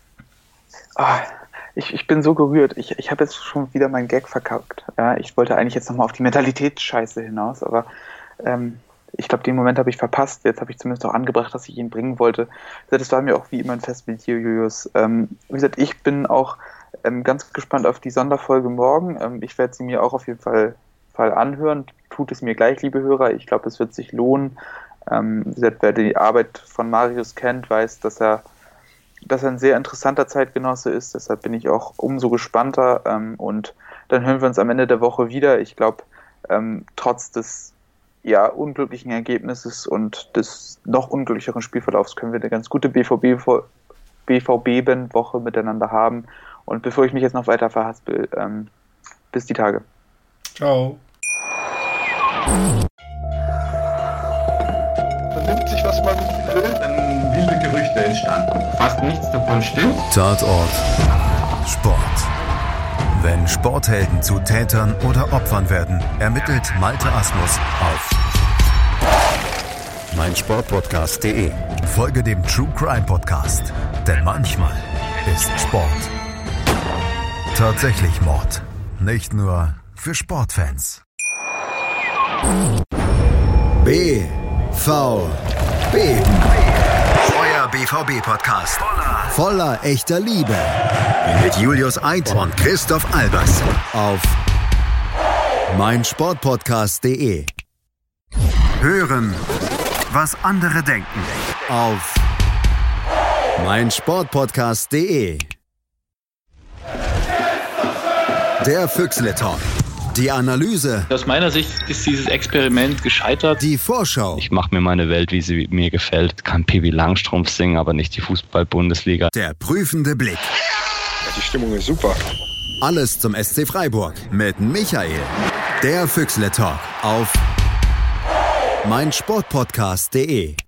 Ah, ich, ich bin so gerührt. Ich, ich habe jetzt schon wieder meinen Gag verkackt. Ja, ich wollte eigentlich jetzt nochmal auf die Mentalitätsscheiße hinaus, aber ähm, ich glaube, den Moment habe ich verpasst. Jetzt habe ich zumindest auch angebracht, dass ich ihn bringen wollte. Das war mir auch wie immer ein Fest mit dir, Julius. Ähm, wie gesagt, ich bin auch ähm, ganz gespannt auf die Sonderfolge morgen. Ähm, ich werde sie mir auch auf jeden Fall, Fall anhören. Tut es mir gleich, liebe Hörer. Ich glaube, es wird sich lohnen. Ähm, wie gesagt, wer die Arbeit von Marius kennt, weiß, dass er, dass er ein sehr interessanter Zeitgenosse ist. Deshalb bin ich auch umso gespannter. Ähm, und dann hören wir uns am Ende der Woche wieder. Ich glaube, ähm, trotz des ja, unglücklichen Ergebnisses und des noch unglücklicheren Spielverlaufs können wir eine ganz gute B V B-Woche miteinander haben. Und bevor ich mich jetzt noch weiter verhaspel, ähm, bis die Tage. Ciao. Man nimmt sich, was man will, dann wilde Gerüchte entstanden. Fast nichts davon stimmt. Tatort Sport. Wenn Sporthelden zu Tätern oder Opfern werden, ermittelt Malte Asmus auf meinsportpodcast punkt de. Folge dem True Crime Podcast, denn manchmal ist Sport tatsächlich Mord. Nicht nur für Sportfans. B V B. Euer B V B-Podcast. Voller echter Liebe. Mit Julius Eid und Christoph Albers. Auf meinsportpodcast punkt de. Hören, was andere denken. Auf meinsportpodcast punkt de. Der Füchsle Talk. Die Analyse. Aus meiner Sicht ist dieses Experiment gescheitert. Die Vorschau. Ich mache mir meine Welt, wie sie mir gefällt. Ich kann Pippi Langstrumpf singen, aber nicht die Fußball-Bundesliga. Der prüfende Blick. Die Stimmung ist super. Alles zum S C Freiburg mit Michael. Der Füchsle Talk auf meinsportpodcast punkt de.